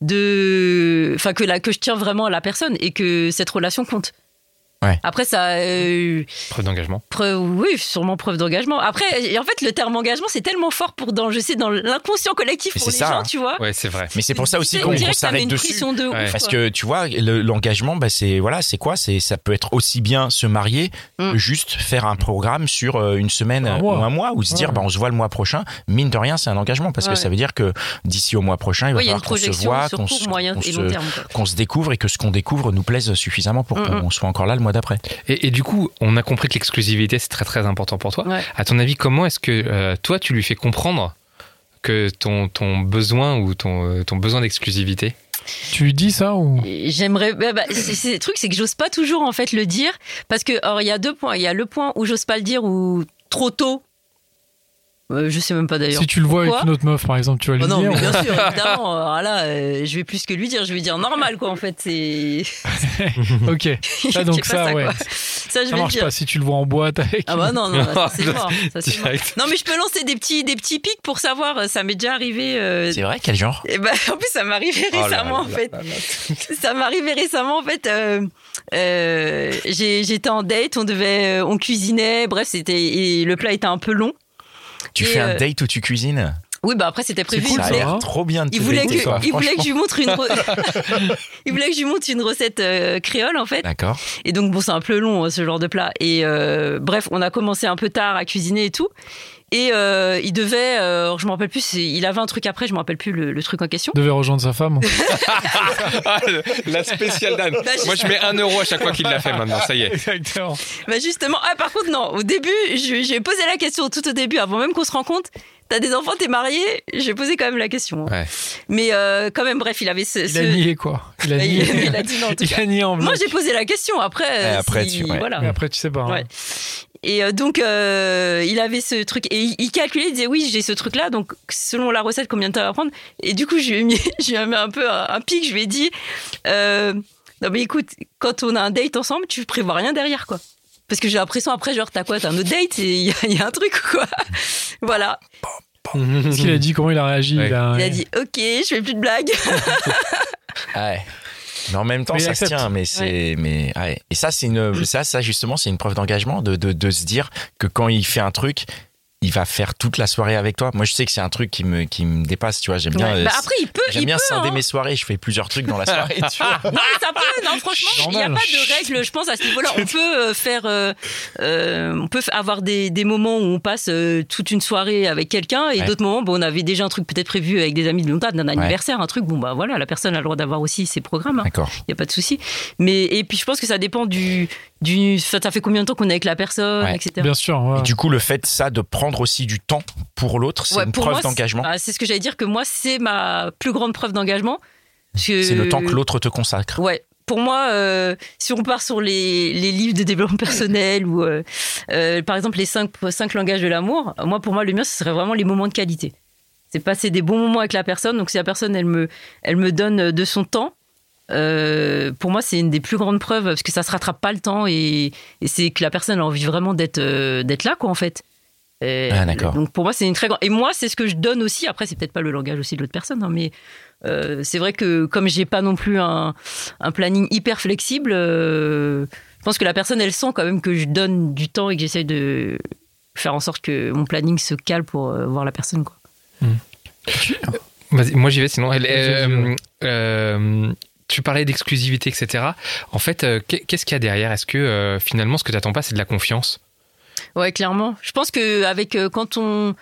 de, enfin que la que je tiens vraiment à la personne et que cette relation compte. Ouais. Après ça, euh, Preuve d'engagement. preuve, oui, sûrement preuve d'engagement. Après, en fait, le terme engagement c'est tellement fort pour dans, je sais, dans l'inconscient collectif Mais pour c'est les ça, gens, hein. tu vois. Ouais, c'est vrai. Mais c'est pour ça aussi C'est- qu'on on dirait qu'on que ça met s'arrête une dessus. pression de Ouais. ouf, Parce quoi. que tu vois, le- l'engagement, bah c'est voilà, c'est quoi C'est ça peut être aussi bien se marier, Mm. que juste faire un programme sur euh, une semaine Un euh, mois. ou un mois, ou se dire Ouais. bah on se voit le mois prochain. Mine de rien, c'est un engagement parce Ouais. que ça veut dire que d'ici au mois prochain, il va Oui, il y a une falloir qu'on se projection voit, sur qu'on court, se, moyen qu'on et se- long terme, quoi. qu'on se découvre et que ce qu'on découvre nous plaise suffisamment pour Mm, qu'on soit encore là le mois d'après. Et, et du coup, on a compris que l'exclusivité, c'est très très important pour toi. Ouais. À ton avis, comment est-ce que euh, toi, tu lui fais comprendre que ton, ton besoin ou ton, euh, ton besoin d'exclusivité? Tu lui dis ça ou Et J'aimerais. Bah, bah, c'est, c'est le truc, c'est que j'ose pas toujours en fait le dire parce que, alors il y a deux points. Il y a le point où j'ose pas le dire ou trop tôt. Euh, je sais même pas d'ailleurs. si tu le vois avec Pourquoi une autre meuf, par exemple, tu vas lui Oh non, dire mais bien sûr, évidemment. Alors là, euh, je vais plus que lui dire. Je vais dire normal, quoi. En fait, c'est. Ok. Ah, donc C'est pas ça, ouais. quoi. Ça, je Ça vais le marche dire. pas si tu le vois en boîte avec. Ah bah non, non, ça c'est Non, mort. Ça, c'est mort. direct. Non, mais je peux lancer des petits, des petits pics pour savoir. Ça m'est déjà arrivé. euh, C'est vrai, quel genre Et ben, en plus, ça m'est arrivé Oh là récemment, là en fait. Ça m'est arrivé récemment, en fait. Euh, euh, j'ai- j'étais en date, on devait, euh, on cuisinait. Bref, c'était et le plat était un peu long. Tu Et, fais un euh, date où tu cuisines Oui, bah après c'était prévu. cool, il Ça a ça, voulait, l'air hein. trop bien de te il voulait dater, que, toi, il voulait que franchement. je lui montre une, re- il voulait que je lui montre une recette euh, créole, en fait. D'accord. Et donc bon, c'est un peu long ce genre de plat. Et euh, bref, on a commencé un peu tard à cuisiner et tout. Et euh, il devait, euh, alors, je me rappelle plus, c'est- il avait un truc après, je me rappelle plus le, le truc en question. Devait rejoindre sa femme. Ah, la spéciale Dan. Bah, Moi, je mets un euro à chaque fois qu'il l'a fait maintenant, ça y est. Exactement. Bah justement, ah par contre non, au début, je- j'ai posé la question tout au début, avant même qu'on se rencontre. T'as des enfants, t'es marié. J'ai posé quand même la question. hein. Ouais. Mais euh, quand même, bref, il avait ce. Il ce- a nié, quoi. Il a il, nié. il a dit non. En tout Il cas. a nié en Moi, bloc. j'ai posé la question. Après, euh, après, si- tu- ouais. voilà. Et après, tu sais pas. hein. Ouais. Et euh, donc, euh, il avait ce truc. Et il, il calculait, il disait oui, j'ai ce truc-là. Donc, selon la recette, combien de temps ça va prendre? Et du coup, je lui ai mis, je lui ai mis un peu un, un pic. Je lui ai dit euh, non, mais écoute, quand on a un date ensemble, tu prévois rien derrière, quoi. Parce que j'ai l'impression, après, genre, t'as quoi? T'as un autre date et il y, a- il y a un truc, quoi. Voilà. Qu'est-ce qu'il a dit? Comment il a réagi? Ouais. Il a, Il a dit ok, je fais plus de blagues. Ouais. Mais en même temps, Mais il ça se accepte. tient. Mais c'est, mais ouais. Et ça, c'est une, ça, ça justement, c'est une preuve d'engagement de, de, de se dire que quand il fait un truc, il va faire toute la soirée avec toi. Moi, je sais que c'est un truc qui me, qui me dépasse. Tu vois, j'aime bien. Ouais. euh, Bah après, il peut, J'aime il bien peut. scinder hein. mes soirées. Je fais plusieurs trucs dans la soirée. Tu vois. Non, mais ça peut. Non, franchement, il n'y a Normal. pas de règle, je pense, à ce niveau-là. On peut euh, faire, euh, euh, on peut avoir des, des moments où on passe euh, toute une soirée avec quelqu'un et Ouais. d'autres moments, bon, on avait déjà un truc peut-être prévu avec des amis de longtemps, d'un anniversaire, un truc. Bon, bah voilà, la personne a le droit d'avoir aussi ses programmes. hein. D'accord. Il n'y a pas de souci. Mais et puis je pense que ça dépend du, du, ça, ça fait combien de temps qu'on est avec la personne, Ouais. et cetera. Bien sûr. ouais. Et du coup, le fait ça de prendre aussi du temps pour l'autre, c'est Ouais, une pour preuve moi, c'est- d'engagement. ah, c'est ce que j'allais dire que moi, c'est ma plus grande preuve d'engagement. Parce que- C'est le temps que l'autre te consacre. Ouais. Pour moi, euh, si on part sur les, les livres de développement personnel ou euh, euh, par exemple les cinq, cinq langages de l'amour, moi pour moi le mien ce serait vraiment les moments de qualité. C'est passer des bons moments avec la personne. Donc si la personne elle me, elle me donne de son temps, euh, pour moi c'est une des plus grandes preuves parce que ça se rattrape pas le temps et, et c'est que la personne a envie vraiment d'être euh, d'être là quoi en fait. Et Ah, d'accord. Donc pour moi c'est une très grande. Et moi c'est ce que je donne aussi. Après c'est peut-être pas le langage aussi de l'autre personne, hein, mais euh, c'est vrai que comme j'ai pas non plus un, un planning hyper flexible, euh, je pense que la personne elle sent quand même que je donne du temps et que j'essaye de faire en sorte que mon planning se cale pour euh, voir la personne quoi. Vas-y, moi, j'y vais sinon. Elle, euh, Vas-y, vas-y. euh, tu parlais d'exclusivité, et cetera. En fait, euh, qu'est- qu'est-ce qu'il y a derrière? Est-ce que euh, finalement, ce que tu n'attends pas, c'est de la confiance? Ouais, clairement. Je pense que avec euh, quand on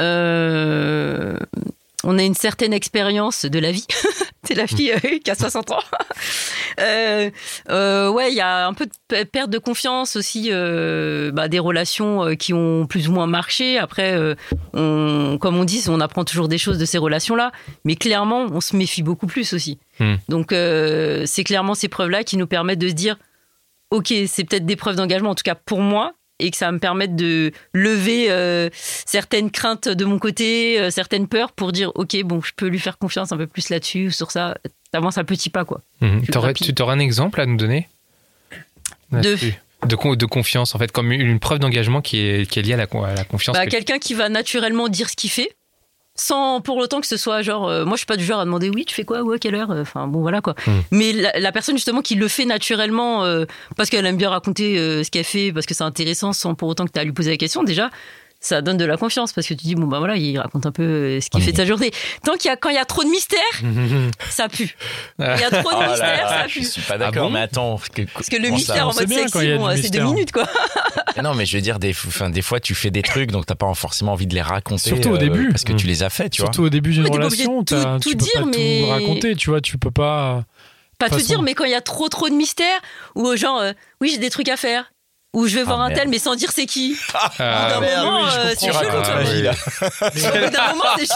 euh, on a une certaine expérience de la vie, c'est la fille euh, qui a soixante ans. euh, euh, ouais, il y a un peu de pe- perte de confiance aussi, euh, bah, des relations euh, qui ont plus ou moins marché. Après, euh, on, comme on dit, on apprend toujours des choses de ces relations-là, mais clairement, on se méfie beaucoup plus aussi. Hmm. Donc, euh, c'est clairement ces preuves-là qui nous permettent de se dire, ok, c'est peut-être des preuves d'engagement, en tout cas pour moi, et que ça va me permettre de lever euh, certaines craintes de mon côté, euh, certaines peurs pour dire, ok, bon, je peux lui faire confiance un peu plus là-dessus, ou sur ça, t'avances un petit pas, quoi. Mhm. Plus T'aurais- rapide. Tu aurais un exemple à nous donner De- là-dessus de, con, de confiance, en fait, comme une preuve d'engagement qui est, qui est liée à la, à la confiance. Bah, que... Quelqu'un qui va naturellement dire ce qu'il fait, sans pour autant que ce soit genre... Euh, moi, je suis pas du genre à demander « oui, tu fais quoi ? Ouais, à quelle heure ?» Enfin, bon, voilà, quoi. Mm. Mais la, la personne, justement, qui le fait naturellement euh, parce qu'elle aime bien raconter euh, ce qu'elle fait, parce que c'est intéressant, sans pour autant que tu as à lui poser la question, déjà... ça donne de la confiance parce que tu dis bon bah voilà, il raconte un peu ce qu'il oui. fait de sa journée. Tant qu'il y a quand il y a trop de mystère, ça pue. Il y a trop de oh mystère, là là, ça pue. Je suis pas d'accord, ah bon mais attends. Que, parce que le mystère en mode sexy, bon, c'est deux minutes quoi. Non mais je veux dire des, enfin, des fois tu fais des trucs donc t'as pas forcément envie de les raconter. Surtout au début, euh, parce que mmh. tu les as fait, tu Surtout vois. au début d'une relation, tout, t'as, tout tu dire, peux pas mais tout raconter, tu vois, tu peux pas. Pas tout dire, mais quand il y a trop trop de mystère ou genre euh, oui j'ai des trucs à faire. Ou je vais voir ah, un tel, mais sans dire c'est qui. Ah, au bout d'un moment, oui, euh, c'est chelou. Ah, oui. Au bout d'un moment, c'est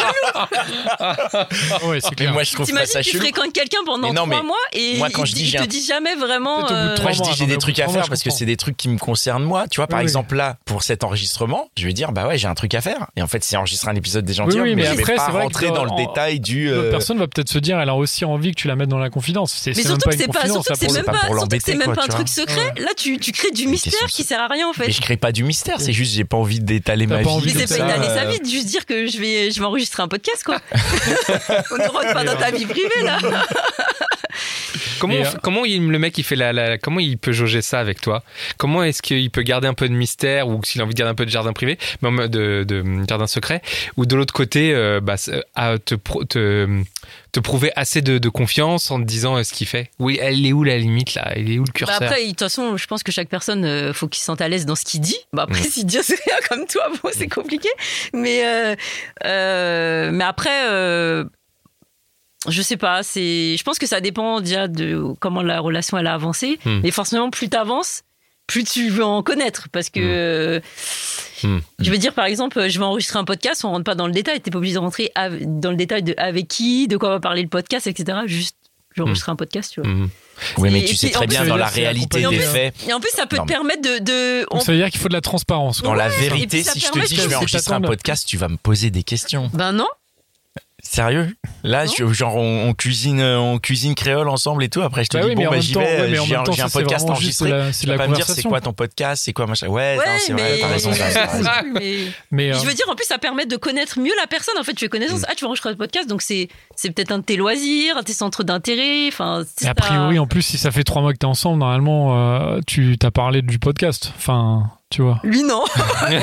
chelou. Ouais, c'est clair. Mais moi, je trouve T'imagines pas ça que tu chelou. fréquentes quelqu'un pendant non, trois mois et moi, quand il, je dis, il te dit jamais vraiment. Euh... Moi, je dis j'ai des trucs à faire parce que c'est des trucs qui me concernent moi. Tu vois, par oui, exemple, oui. là, pour cet enregistrement, je vais dire, bah ouais, j'ai un truc à faire. Et en fait, c'est enregistrer un épisode des Gentilshommes, oui, oui, mais, mais je vais après, pas c'est vrai rentrer que dans en... le détail du. L'autre personne va peut-être se dire, elle a aussi envie que tu la mettes dans la confidence. C'est, mais c'est surtout même que pas une c'est confidence. pas, surtout que c'est même pas un truc secret. Là, tu crées du mystère qui sert à rien en fait. Mais je crée pas du mystère, c'est juste j'ai pas envie d'étaler ma vie. Mais c'est pas étaler sa vie, juste dire que je vais, je vais enregistrer un podcast quoi. On ne rentre pas dans ta vie privée là. Comment, euh... comment il, le mec il fait la, la, comment il peut jauger ça avec toi? Comment est-ce qu'il peut garder un peu de mystère ou s'il a envie de garder un peu de jardin privé, de, de, de jardin secret, ou de l'autre côté, euh, bah, à te, te, te prouver assez de, de confiance en te disant euh, ce qu'il fait? Oui, elle est où la limite là? Il est où le curseur? Bah après, de toute façon, je pense que chaque personne, euh, faut qu'il se sente à l'aise dans ce qu'il dit. Bah après, mmh. si Dieu c'est rien comme toi, bon, c'est compliqué. Mais euh, euh, mais après. Euh, Je sais pas, c'est. Je pense que ça dépend déjà de comment la relation elle a avancé. Mm. Et forcément, plus t'avances, plus tu veux en connaître, parce que. Mm. Euh, mm. Je veux dire, par exemple, je vais enregistrer un podcast, on rentre pas dans le détail. T'es pas obligé de rentrer av- dans le détail de avec qui, de quoi va parler le podcast, et cetera. Juste, je vais enregistrer mm. un podcast, tu vois. Mm. Oui, mais tu sais très bien dans la réalité des faits. Et en plus, ça peut te permettre de. de... On... Ça veut dire qu'il faut de la transparence. Dans la vérité, si je te dis je vais enregistrer un podcast, tu vas me poser des questions. Ben non. Sérieux? Là, je, genre, on, on cuisine, on cuisine créole ensemble et tout. Après, je te bah dis, oui, bon, bah, j'y temps, vais, ouais, j'ai, un, j'ai un podcast enregistré. La, tu vas pas me dire, c'est quoi ton podcast? C'est quoi, machin? Ouais, ouais non, c'est mais... vrai, t'as raison. T'as raison. mais, mais euh... je veux dire, en plus, ça permet de connaître mieux la personne. En fait, tu fais connaissance. Mm. Ah, tu vas enregistrer un podcast, donc c'est, c'est peut-être un de tes loisirs, un de tes centres d'intérêt. Enfin, et a priori, en plus, si ça fait trois mois que t'es ensemble, normalement, euh, tu t'as parlé du podcast. Enfin. Tu vois. Lui, non. Et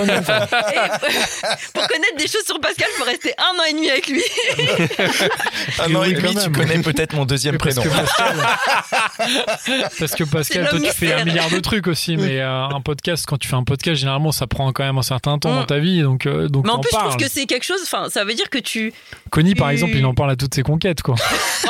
pour connaître des choses sur Pascal, il faut rester un an et demi avec lui. un an et demi, tu connais peut-être mon deuxième parce prénom. Que Pascal, parce que Pascal, toi, tu fais un milliard de trucs aussi, mais euh, un podcast, quand tu fais un podcast, généralement, ça prend quand même un certain temps mmh. dans ta vie. Donc, euh, donc mais en plus, parle. je trouve que c'est quelque chose, enfin, ça veut dire que tu. Connie, tu... par exemple, il en parle à toutes ses conquêtes, quoi.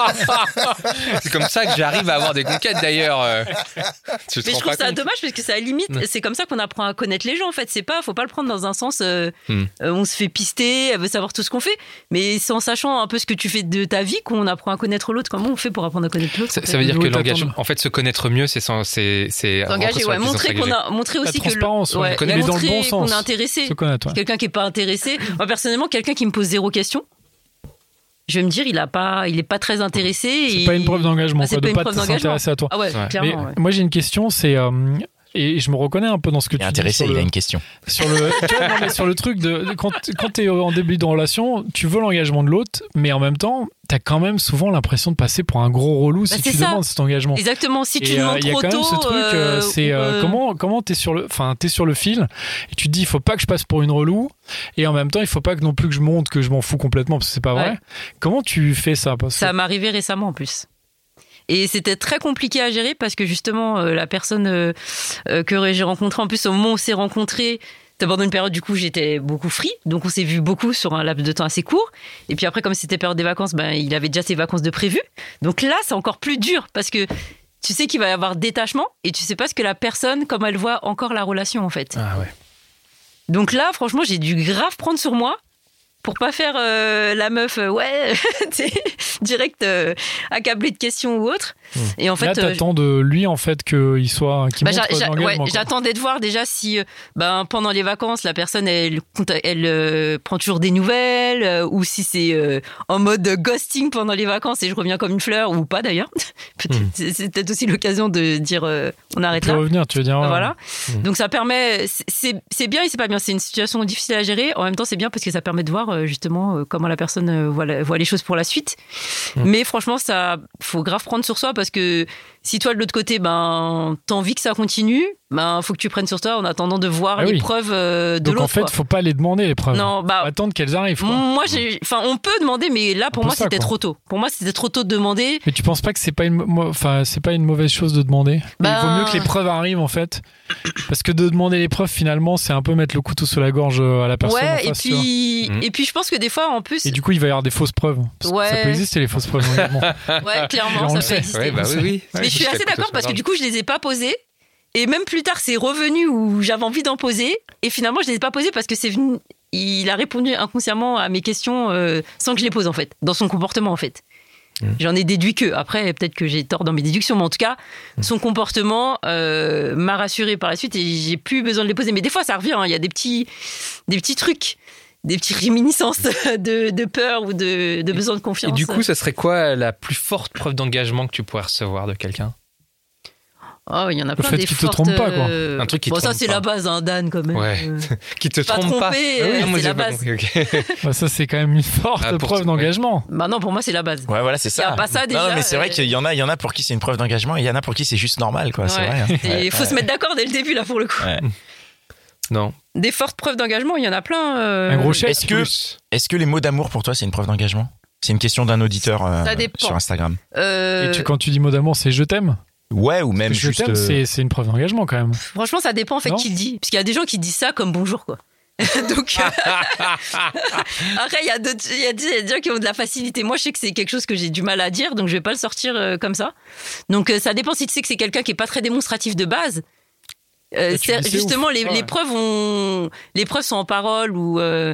C'est comme ça que j'arrive à avoir des conquêtes, d'ailleurs. Euh, mais je trouve ça compte. Dommage parce que ça limite, mmh. c'est comme ça qu'on apprend à connaître les gens en fait, c'est pas, faut pas le prendre dans un sens euh, hmm. euh, on se fait pister, elle veut savoir tout ce qu'on fait, mais c'est en sachant un peu ce que tu fais de ta vie qu'on apprend à connaître l'autre. Comment on fait pour apprendre à connaître l'autre? Ça, ça veut dire que l'engagement, en fait, se connaître mieux, c'est sans, c'est c'est s'engager, ouais, montrer qu'on a, montrer aussi la transparence, que le, ouais, connaître dans le bon sens, qu'on est intéressé. Ouais. Quelqu'un qui est pas intéressé, moi personnellement, quelqu'un qui me pose zéro question. Je vais me dire, il a pas, il est pas très intéressé. C'est et... pas une preuve d'engagement, ah, quoi, de pas s'intéresser à toi. Ah ouais, ouais. clairement. Ouais. Moi, j'ai une question, c'est. Euh, Et je me reconnais un peu dans ce que il tu est intéressé, dis. Il le, a une question. Sur le, tu vois, non, mais sur le truc de quand, quand tu es en début de relation, tu veux l'engagement de l'autre, mais en même temps, tu as quand même souvent l'impression de passer pour un gros relou bah, si tu ça. demandes cet engagement. Exactement. Si tu et, demandes euh, trop tôt. Il y a quand même ce truc, euh, c'est euh, euh... comment, comment tu es sur le, enfin, t'es sur le fil et tu te dis, il faut pas que je passe pour une relou, et en même temps, il faut pas que non plus que je montre que je m'en fous complètement parce que c'est pas vrai. Ouais. Comment tu fais ça parce Ça que... m'est arrivé récemment en plus. Et c'était très compliqué à gérer parce que justement, euh, la personne euh, euh, que j'ai rencontrée, en plus, au moment où on s'est rencontrés, d'abord dans une période, du coup, j'étais beaucoup free. Donc, on s'est vu beaucoup sur un laps de temps assez court. Et puis après, comme c'était période des vacances, ben, il avait déjà ses vacances de prévues. Donc là, c'est encore plus dur parce que tu sais qu'il va y avoir détachement et tu sais pas ce que la personne, comme elle voit encore la relation, en fait. Ah ouais. Donc là, franchement, j'ai dû grave prendre sur moi pour pas faire euh, la meuf, euh, ouais, direct euh, accablée de questions ou autre. Mmh. Et en fait, là, t'attends euh, de lui en fait qu'il soit, qu'il bah, montre j'a, j'a, l'engagement. ouais, j'attendais de voir déjà si, euh, ben pendant les vacances, la personne elle, elle, elle euh, prend toujours des nouvelles, euh, ou si c'est euh, en mode ghosting pendant les vacances et je reviens comme une fleur ou pas d'ailleurs. peut-être, mmh. c'est, c'est peut-être aussi l'occasion de dire euh, on arrête là. Revenir, tu veux dire. Ouais. Voilà. Mmh. Donc ça permet, c'est, c'est bien et c'est pas bien. C'est une situation difficile à gérer. En même temps, c'est bien parce que ça permet de voir justement comment la personne voit, la, voit les choses pour la suite. Mmh. Mais franchement, ça faut grave prendre sur soi parce que si toi de l'autre côté, ben t'as envie que ça continue, ben faut que tu prennes sur toi en attendant de voir ah les oui. preuves de Donc l'autre. Donc en fait, quoi. faut pas les demander les preuves. Non, bah attendre qu'elles arrivent. Quoi. Moi, j'ai, enfin, on peut demander, mais là pour moi ça, c'était quoi. trop tôt. Pour moi, c'était trop tôt de demander. Mais tu penses pas que c'est pas une, enfin, c'est pas une mauvaise chose de demander. Ben... Il vaut mieux que les preuves arrivent en fait, parce que de demander les preuves finalement, c'est un peu mettre le couteau sous la gorge à la personne. Ouais, en face, et puis, et puis je pense que des fois en plus. Et du coup, il va y avoir des fausses preuves. Ouais. Ça peut exister les fausses preuves. Ouais, clairement, ça peut exister. Ouais, bah oui, oui. Mais je suis assez d'accord parce que du coup, je les ai pas posées. Et même plus tard, c'est revenu où j'avais envie d'en poser. Et finalement, je les ai pas posées parce que c'est venu. Il a répondu inconsciemment à mes questions euh, sans que je les pose en fait, dans son comportement en fait. Mmh. J'en ai déduit que. Après, peut-être que j'ai tort dans mes déductions, mais en tout cas, mmh. son comportement euh, m'a rassurée par la suite et j'ai plus besoin de les poser. Mais des fois, ça revient. Hein. Il y a des petits, des petits trucs. Des petites réminiscences de, de peur ou de, de besoin de confiance. Et du coup, ça serait quoi la plus forte preuve d'engagement que tu pourrais recevoir de quelqu'un ? Oh, il y en a le plein fait des qu'il fortes... te trompe pas, quoi. Un truc qui bon, te ça, trompe c'est pas. la base, hein, Dan, quand même. Ouais. Euh... qui te pas trompe pas. Tromper, Ah oui, euh, moi, c'est la base. Compris, okay. Bah, ça, c'est quand même une forte ah, preuve d'engagement. Bah non, pour moi, c'est la base. Ouais, voilà, c'est ça. Il n'y a pas ça déjà. Non, mais c'est euh... vrai qu'il y en a, il y en a pour qui c'est une preuve d'engagement et il y en a pour qui c'est juste normal, quoi. Ouais. C'est vrai. Il ouais. faut ouais. se mettre d'accord dès le début, là, pour le coup. Ouais. Non. Des fortes preuves d'engagement, il y en a plein. Euh... Un gros chèque. Est-ce que, est-ce que les mots d'amour pour toi, c'est une preuve d'engagement ? C'est une question d'un auditeur euh, sur Instagram. Euh... Et tu, quand tu dis mot d'amour, c'est je t'aime ? Ouais, ou même je juste. T'aime, c'est, c'est une preuve d'engagement quand même. Franchement, ça dépend en fait non qui le dit. Parce qu'il y a des gens qui disent ça comme bonjour, quoi. Donc, après, il y, a d'autres, il y a des gens qui ont de la facilité. Moi, je sais que c'est quelque chose que j'ai du mal à dire, donc je vais pas le sortir euh, comme ça. Donc, euh, ça dépend si tu sais que c'est quelqu'un qui est pas très démonstratif de base. Euh, c'est, justement, les, ouais. les preuves ont, les preuves sont en parole ou, euh,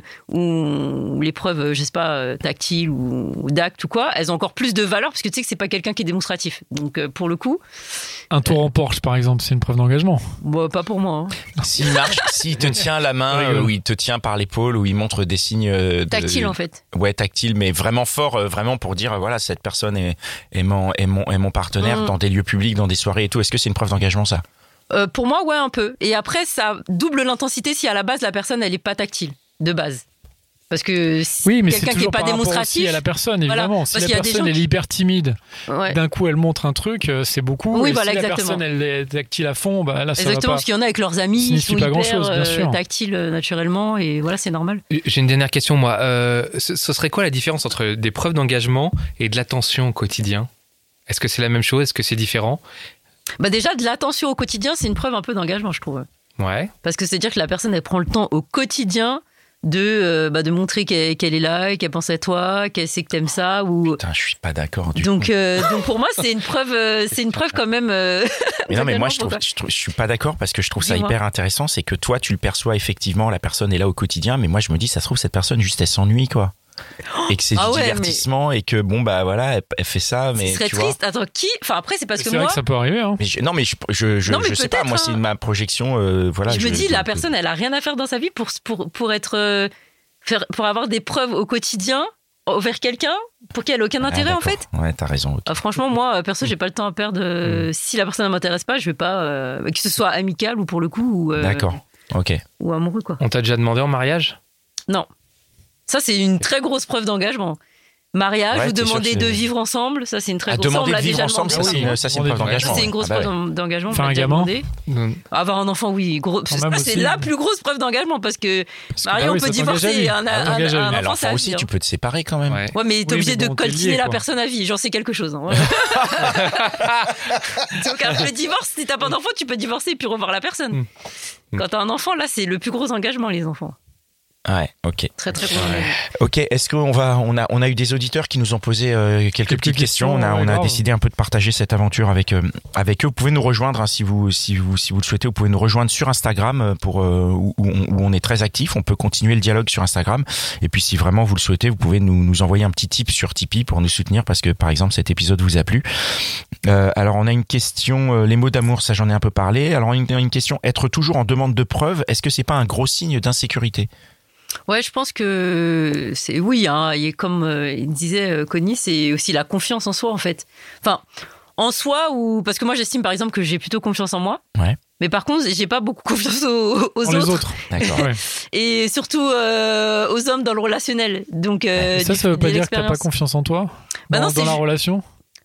ou les preuves, je sais pas, tactiles ou, ou d'actes ou quoi. Elles ont encore plus de valeur parce que tu sais que c'est pas quelqu'un qui est démonstratif. Donc, euh, pour le coup. Un tour en Porsche, par exemple, c'est une preuve d'engagement. Bon, pas pour moi. Hein. S'il marche, s'il te tient la main, euh, ou il te tient par l'épaule, ou il montre des signes de, tactile en fait. Ouais, tactile, mais vraiment fort, euh, vraiment pour dire, voilà, cette personne est, est mon, est mon, est mon partenaire mmh. dans des lieux publics, dans des soirées et tout. Est-ce que c'est une preuve d'engagement, ça? Euh, pour moi, ouais, un peu. Et après, ça double l'intensité si à la base, la personne, elle est pas tactile, de base. Parce que si oui, mais quelqu'un c'est qui est pas par démonstratif. Aussi à la personne, évidemment. Voilà, si la personne est qui... hyper timide, ouais. d'un coup, elle montre un truc, c'est beaucoup. Oui, et voilà, si exactement. la personne, elle est tactile à fond, bah là, ça exactement, va pas. Parce qu'il y en a avec leurs amis, ils sont pas hyper grand-chose, bien sûr. euh, tactiles naturellement, et voilà, c'est normal. J'ai une dernière question, moi. Euh, ce, ce serait quoi la différence entre des preuves d'engagement et de l'attention au quotidien ? Est-ce que c'est la même chose ? Est-ce que c'est différent ? Bah déjà, de l'attention au quotidien, c'est une preuve un peu d'engagement, je trouve. Ouais. Parce que c'est-à-dire que la personne, elle prend le temps au quotidien de, euh, bah, de montrer qu'elle, qu'elle est là, qu'elle pense à toi, qu'elle sait que t'aimes ça. Ou... Putain, je suis pas d'accord du donc, coup. Euh, donc pour moi, c'est une preuve, euh, c'est une preuve quand même. Euh, mais non, mais moi, je trouve, je trouve, je suis pas d'accord parce que je trouve ça Dis-moi. hyper intéressant. C'est que toi, tu le perçois effectivement, la personne est là au quotidien, mais moi, je me dis, ça se trouve, cette personne, juste, elle s'ennuie, quoi. Et que c'est ah du ouais, divertissement mais... et que bon bah voilà elle, elle fait ça mais ce serait tu triste vois. Attends qui enfin après c'est parce mais que c'est moi vrai que ça peut arriver hein. mais je, non mais je je, je, non, mais je sais pas moi hein. C'est ma projection euh, voilà je, je me dis je, la je, personne elle a rien à faire dans sa vie pour pour pour être euh, faire, pour avoir des preuves au quotidien envers quelqu'un pour qu'elle ait aucun ah, intérêt d'accord. en fait. Ouais, t'as raison. Okay. Ah, franchement, moi, perso, j'ai pas le temps à perdre. Euh, mm. Si la personne ne m'intéresse pas, je vais pas euh, que ce soit amical ou pour le coup ou. Euh, d'accord. Ok. Ou amoureux quoi. On t'a déjà demandé en mariage ? Non. Ça c'est une très grosse preuve d'engagement. Mariage, ouais, vous demandez sûr, de vivre ensemble, ça c'est une très à grosse demander preuve. de vivre ensemble, ça, c'est une, ça c'est une preuve d'engagement. Ça c'est une grosse ah bah preuve ouais. d'engagement. Faire un gamin. Mmh. Avoir un enfant, oui. Gros, c'est, ça, c'est la plus grosse preuve d'engagement parce que Marie, bah oui, on peut divorcer. Un, un, un, un mais enfant, l'enfant aussi, tu peux te séparer quand même. Ouais, ouais mais t'es oui, obligé mais bon, de coltiner lié, la personne à vie. J'en sais quelque chose. Hein, voilà. Donc après le divorce, si t'as pas d'enfant, tu peux divorcer et puis revoir la personne. Mmh. Quand t'as un enfant, là, c'est le plus gros engagement, les enfants. Ouais, ok. Très très convivial. Ok, est-ce qu'on va, on a, on a eu des auditeurs qui nous ont posé euh, quelques, Quelques petites questions. questions, On a, ouais, on a grave. décidé un peu de partager cette aventure avec euh, avec eux. Vous pouvez nous rejoindre hein, si vous, si vous, si vous le souhaitez. Vous pouvez nous rejoindre sur Instagram pour euh, où, où on, où on est très actif. On peut continuer le dialogue sur Instagram. Et puis, si vraiment vous le souhaitez, vous pouvez nous, nous envoyer un petit tip sur Tipeee pour nous soutenir parce que, par exemple, cet épisode vous a plu. Euh, alors, on a une question. Euh, les mots d'amour, ça j'en ai un peu parlé. Alors, une, une question. Être toujours en demande de preuves, est-ce que c'est pas un gros signe d'insécurité? Ouais, je pense que c'est oui. Hein, et comme euh, il disait euh, Connie, c'est aussi la confiance en soi en fait. Enfin, en soi ou parce que moi j'estime par exemple que j'ai plutôt confiance en moi. Ouais. Mais par contre, j'ai pas beaucoup confiance aux, aux Pour autres. les autres. D'accord. Ouais. Et surtout euh, aux hommes dans le relationnel. Donc euh, Et ça, du- ça veut pas des dire que t'as pas expériences. confiance en toi Bah dans, non, c'est dans la ju- relation.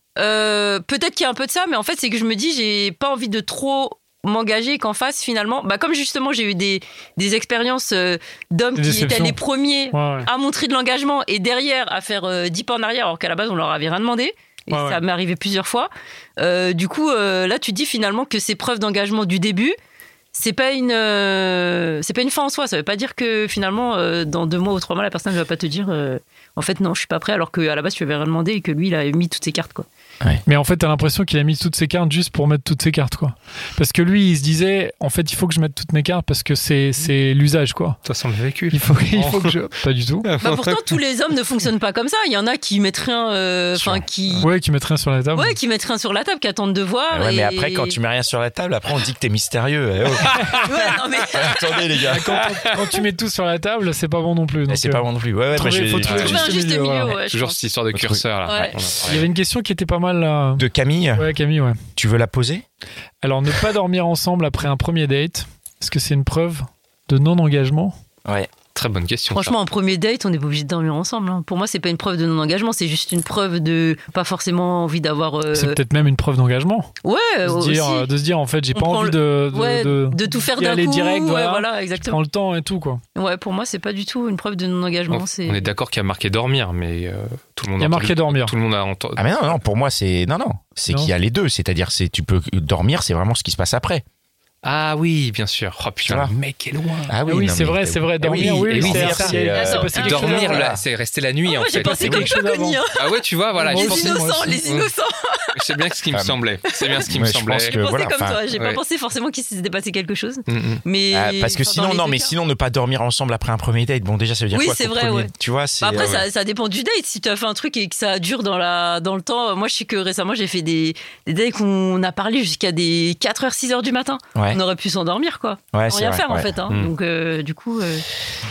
Euh, peut-être qu'il y a un peu de ça, mais en fait, c'est que je me dis, j'ai pas envie de trop m'engager qu'en face finalement, bah comme justement j'ai eu des, des expériences euh, d'hommes Des qui déceptions. étaient les premiers Ouais, ouais. à montrer de l'engagement et derrière à faire euh, dix pas en arrière alors qu'à la base on leur avait rien demandé. Et Ouais, ça ouais. m'est arrivé plusieurs fois. Euh, du coup, euh, là, tu te dis finalement que ces preuves d'engagement du début, c'est pas une, euh, c'est pas une fin en soi. Ça veut pas dire que finalement, euh, dans deux mois ou trois mois, la personne ne va pas te dire, euh, en fait, non, je suis pas prêt, alors qu'à la base, tu avais rien demandé et que lui, il a mis toutes ses cartes, quoi. Mais en fait, t'as l'impression qu'il a mis toutes ses cartes juste pour mettre toutes ses cartes, quoi. Parce que lui, il se disait, en fait, il faut que je mette toutes mes cartes parce que c'est, c'est l'usage, quoi. Toi, sans le véhicule. Il faut, il faut que je. Pas du tout. Bah, pourtant, tous les hommes ne fonctionnent pas comme ça. Il y en a qui mettent rien, euh, enfin, qui, Ouais, qui mettent rien sur la table. ouais, qui mettent rien sur la table, qui attendent de voir. Ouais, et... mais après, quand tu mets rien sur la table, après on dit que t'es mystérieux. Eh, oh. Ouais, non, mais... Attendez les gars. Quand, quand tu mets tout sur la table, c'est pas bon non plus. Eh, donc, c'est euh, pas bon non plus. Ouais, ouais, trouver- moi, j'ai- faut trouver ouais. trouver un juste milieu, voilà. ouais, je Toujours pense. cette histoire de Autre- curseur là. Ouais. On a- Il y avait une question qui était pas mal là. De Camille, Ouais, Camille, ouais. tu veux la poser? Alors, ne pas dormir ensemble après un premier date, est-ce que c'est une preuve de non-engagement? Ouais. Très bonne question. Franchement, en premier date, on n'est pas obligé de dormir ensemble. hein. Pour moi, c'est pas une preuve de non-engagement, c'est juste une preuve de pas forcément envie d'avoir. euh, C'est peut-être même une preuve d'engagement. Ouais, De se, aussi. dire, euh, de se dire, en fait, j'ai On pas prend envie le- de, de, Ouais, de, de tout faire d'y d'un aller coup. direct. ouais, Voilà. voilà, Je exactement. prends le temps et tout, quoi. Ouais, pour moi, c'est pas du tout une preuve de non-engagement. On, c'est... on est d'accord qu'il y a marqué dormir, mais euh, tout le monde Il y a entendu- marqué dormir. Tout le monde a entendu. Ah mais non, non, pour moi c'est non, non, c'est Non. qu'il y a les deux. C'est-à-dire, c'est tu peux dormir, c'est vraiment ce qui se passe après. Ah oui, bien sûr. Oh putain, Voilà. le mec est loin. Ah Oui, non, c'est mais- vrai, c'est vrai. Ah oui, Dormir, oui, et oui, c'est- dire, c'est- c'est, euh, c'est passé quelque chose Dormir, avant. là, c'est rester la nuit Ah en ouais, j'ai fait. pensé C'est comme quelque toi, chose Connie. hein. Ah ouais, tu vois, voilà. Moi je Les aussi, pensais- moi innocents, aussi. les innocents. C'est bien ce qui me Ah, semblait. C'est bien ce qui me ouais, je semblait. pense J'ai que- pensé voilà, comme enfin, toi. J'ai ouais. pas pensé forcément qu'il s'était passé quelque chose. Mm, mm. Mais Ah, parce que enfin, dans sinon les non, deux mais cas. sinon ne pas dormir ensemble après un premier date. Bon, déjà ça veut dire Oui, quoi c'est qu'au vrai, premier- ouais. Tu vois, c'est Bah après, euh, ça, ça dépend du date. Si tu as fait un truc et que ça dure dans, la, dans le temps. Moi, je sais que récemment, j'ai fait des, des dates qu'on a parlé jusqu'à des quatre heures, six heures du matin. ouais. On aurait pu s'endormir, quoi. Ouais, Sans c'est rien vrai, faire, en ouais. fait. hein. Mm. Donc, euh, du coup. euh,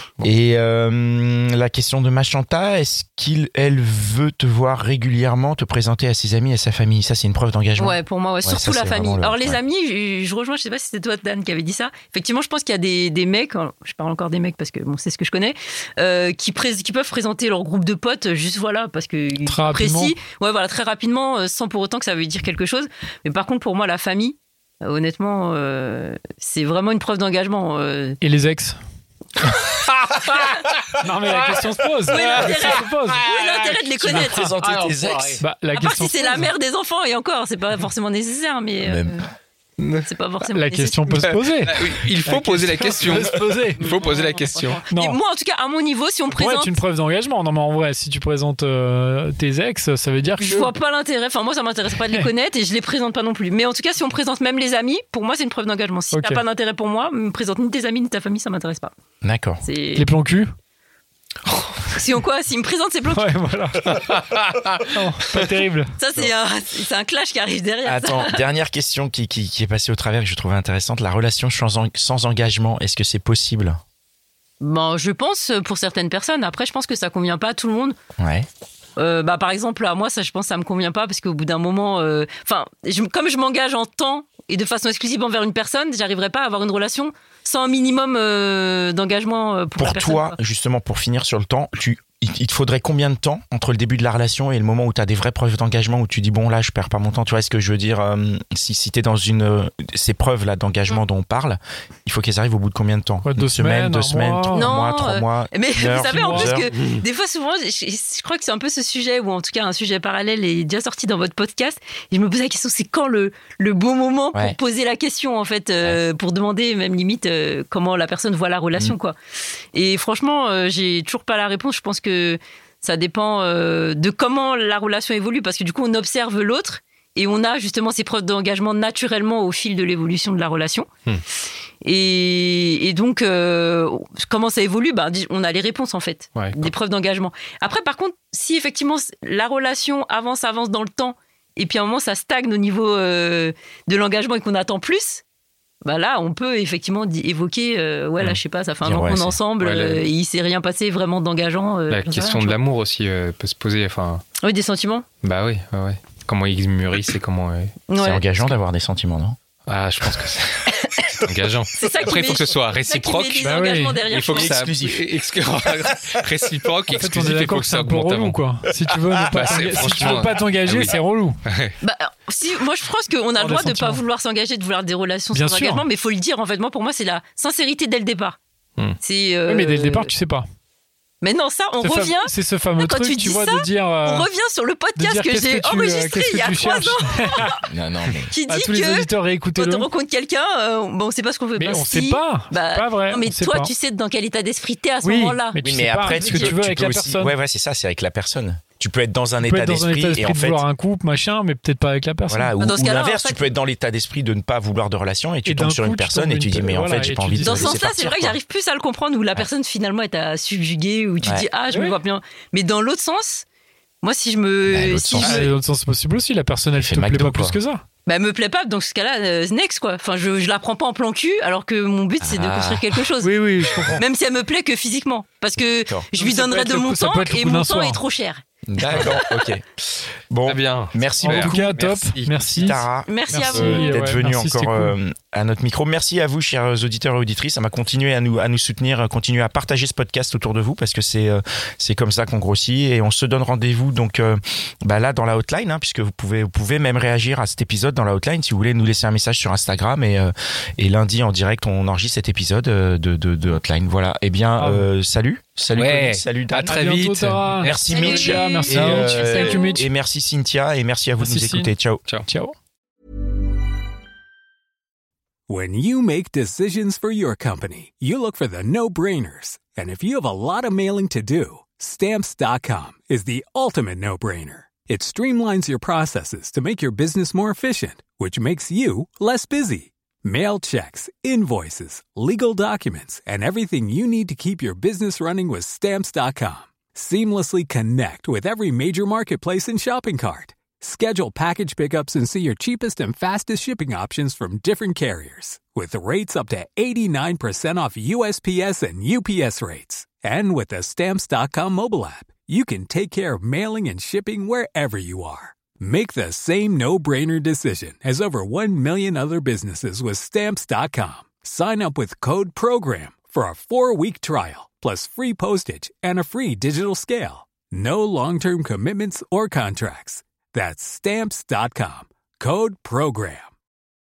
Et euh, la question de Machanta, est-ce qu'il, elle veut te voir régulièrement, te présenter à ses amis, à sa famille? Ça, c'est une preuve d'engagement. Ouais, pour moi, ouais, ça, surtout la c'est famille. vraiment le- Alors, les ouais. amis, je, je rejoins, je sais pas si c'était toi, Dan, qui avait dit ça. Effectivement, je pense qu'il y a des, des mecs, je parle encore des mecs parce que bon, c'est ce que je connais, euh, qui, pré- qui peuvent présenter leur groupe de potes juste voilà, parce qu'ils Très rapidement. apprécient. Ouais, voilà, très rapidement, euh, sans pour autant que ça veut dire quelque chose. Mais par contre, pour moi, la famille, euh, honnêtement, euh, c'est vraiment une preuve d'engagement. euh. Et les ex? Non, mais la question se pose. Oui, La l'intérêt. question se pose. Où est l'intérêt de les connaître? Présenter Ah, tes ex. Bah, la À part question si c'est se la pose. mère des enfants, et encore, c'est pas forcément nécessaire, mais euh, c'est pas forcément La nécessaire. question peut se poser. Ah oui, il faut poser la question. peut se poser. Il faut poser la question. Et Non. moi, en tout cas, à mon niveau, si on me Pour être présente, une preuve d'engagement. Non, mais en vrai, si tu présentes euh, tes ex, ça veut dire que. je vois pas l'intérêt. Enfin, moi, ça m'intéresse pas de les connaître et je les présente pas non plus. Mais en tout cas, si on présente même les amis, pour moi, c'est une preuve d'engagement. Si Ok. t'as pas d'intérêt pour moi, me présente ni tes amis ni ta famille, ça m'intéresse pas. D'accord. C'est Les plans cul? si on quoi, s'il me présente ses blocs, Ouais, voilà. Non, pas terrible. ça c'est un, c'est un clash qui arrive derrière. ça. Attends, dernière question qui, qui, qui est passée au travers que je trouvais intéressante. La relation sans, en- sans engagement, est-ce que c'est possible? Bon, je pense pour certaines personnes. Après, je pense que ça convient pas à tout le monde. Ouais. Euh, bah, par exemple, à moi, ça, je pense, que ça me convient pas parce qu'au bout d'un moment, euh, enfin, je- comme je m'engage en temps et de façon exclusive envers une personne, j'arriverai pas à avoir une relation sans un minimum euh, d'engagement euh, pour, Pour la personne, toi, quoi. justement, pour finir sur le temps, tu il, il te faudrait combien de temps entre le début de la relation et le moment où tu as des vraies preuves d'engagement, où tu dis bon là je perds pas mon temps, tu vois ce que je veux dire, euh, si, si t'es dans une euh, ces preuves là d'engagement dont on parle, il faut qu'elles arrivent au bout de combien de temps? Ouais, deux Une semaine, semaines, deux un semaines, mois. trois Non, mois, trois euh, mois. Mais une heure, vous savez en deux plus heures. que des fois souvent, je, je crois que c'est un peu ce sujet, ou en tout cas un sujet parallèle est déjà sorti dans votre podcast, et je me pose la question, c'est quand le, le bon moment pour Ouais. poser la question en fait, euh, pour demander même limite euh, comment la personne voit la relation, Mm. quoi. Et franchement, euh, j'ai toujours pas la réponse. Je pense que ça dépend euh, de comment la relation évolue, parce que du coup on observe l'autre et on a justement ces preuves d'engagement naturellement au fil de l'évolution de la relation. Hmm. Et, et donc euh, comment ça évolue, bah, on a les réponses en fait, Ouais, des preuves d'engagement. Après par contre, si effectivement la relation avance avance dans le temps et puis à un moment ça stagne au niveau euh, de l'engagement et qu'on attend plus, bah là on peut effectivement di- évoquer euh, ouais là Hmm. je sais pas, ça fait un Dire, an ouais, qu'on est c'est- ensemble, ouais, le- euh, et il s'est rien passé vraiment d'engageant, euh, La j'en sais question rien, de tu l'amour aussi euh, peut se poser. Enfin, vois. Oui, des sentiments. bah oui, ouais, ouais. Comment ils mûrissent et comment. euh, C'est Ouais. engageant d'avoir des sentiments, non? Ah, je pense que c'est, c'est engageant. C'est ça qui Après, il faut met- que ce soit c'est ça qui met réciproque. les Bah oui. engagements derrière. Il faut que je ça Exclusif. Exclu- réciproque, En fait, on exclusif, est il faut d'accord que que c'est ça un peu augmente relou, avant. quoi. Si tu veux ne pas Bah, c'est- t'engager, si tu franchement, veux pas t'engager, ah oui. c'est relou. Bah, si, moi, je pense qu'on a Hors le des droit de ne pas sentiments. vouloir s'engager, de vouloir des relations Bien sans sûr. engagement, mais il faut le dire. En fait, moi, pour moi, c'est la sincérité dès le départ. Hmm. C'est, euh, Oui, mais dès le départ, tu sais pas. Mais non, ça, on Ce fam- revient. C'est ce fameux Quand truc, tu tu dis vois, ça, de dire. euh, On revient sur le de podcast dire que qu'est-ce j'ai tu, euh, enregistré qu'est-ce il y a que tu trois cherches. ans, Non, non, mais. qui À dit tous les que auditeurs, quand écoutez-le. on rencontre quelqu'un, euh, bon, on sait pas ce qu'on veut. Mais Bah, on si. sait pas. Bah, C'est pas vrai. Non, mais on sait toi, pas. tu sais dans quel état d'esprit t'es à ce Oui, moment-là. mais tu Oui, sais mais pas après, ce que tu veux avec peux la aussi- personne. Ouais, ouais, c'est ça, c'est avec la personne. Tu peux être dans un Tu peux état être dans un d'esprit état et d'esprit en de fait. vouloir un couple, machin, mais peut-être pas avec la personne. Voilà, ou, Dans ce ou cas-là, l'inverse, en fait- tu peux être dans l'état d'esprit de ne pas vouloir de relation et tu Et tombes d'un sur coup, une tu personne tombes et tu une- dis mais en voilà, fait j'ai et pas tu envie dis- de Dans te ce laisser sens-là, c'est partir, vrai que quoi. j'arrive plus à le comprendre, où la personne finalement est à subjuguer, où tu Bah, dis ah je me oui. vois bien. Mais dans l'autre sens, moi si je Bah, me, l'autre si sens, je Ah, me- dans l'autre sens, c'est possible aussi. La personne, elle fait te plaît McDo, pas plus quoi. que ça. bah me plaît pas, donc ce cas-là, euh, next quoi. Enfin je, je la prends pas en plan cul, alors que mon but c'est de Ah. construire quelque chose. Oui, oui, je comprends. Même si elle me plaît que physiquement, parce que D'accord. je Donc, lui ça peut donnerais être de le mon coup- ça temps peut être le et coup mon d'un temps soir. est trop cher. D'accord, ok. Bon, Très bien. merci En beaucoup. tout cas, top. Merci. Merci. Tara. Merci, Merci. à vous. euh, d'être ouais, venu merci, c'était encore cool. euh, à notre micro. Merci à vous, chers auditeurs et auditrices. Ça m'a continué à nous, à nous soutenir, à continuer à partager ce podcast autour de vous parce que c'est, euh, c'est comme ça qu'on grossit et on se donne rendez-vous donc euh, bah là dans la hotline, hein, puisque vous pouvez, vous pouvez même réagir à cet épisode dans la hotline si vous voulez nous laisser un message sur Instagram et, euh, et lundi en direct on enregistre cet épisode euh, de, de, de hotline. Voilà. Eh bien, Ah. euh, salut, salut, Ouais. Colline, salut Dan. À très À bientôt, vite. Tara. Merci Salut, Mitch. les gars. Merci, Et, Mitch. euh, Thank you, Mitch. et merci Cynthia et merci à vous de Merci, nous écouter. Ciao. Ciao. Ciao. When you make decisions for your company, you look for the no-brainers. And if you have a lot of mailing to do, Stamps dot com is the ultimate no-brainer. It streamlines your processes to make your business more efficient, which makes you less busy. Mail checks, invoices, legal documents, and everything you need to keep your business running with Stamps dot com. Seamlessly connect with every major marketplace and shopping cart. Schedule package pickups and see your cheapest and fastest shipping options from different carriers. With rates up to eighty-nine percent off U S P S and U P S rates. And with the Stamps dot com mobile app, you can take care of mailing and shipping wherever you are. Make the same no-brainer decision as over one million other businesses with Stamps dot com. Sign up with code PROGRAM for a four-week trial, plus free postage and a free digital scale. No long-term commitments or contracts. That's Stamps dot com. Code PROGRAM.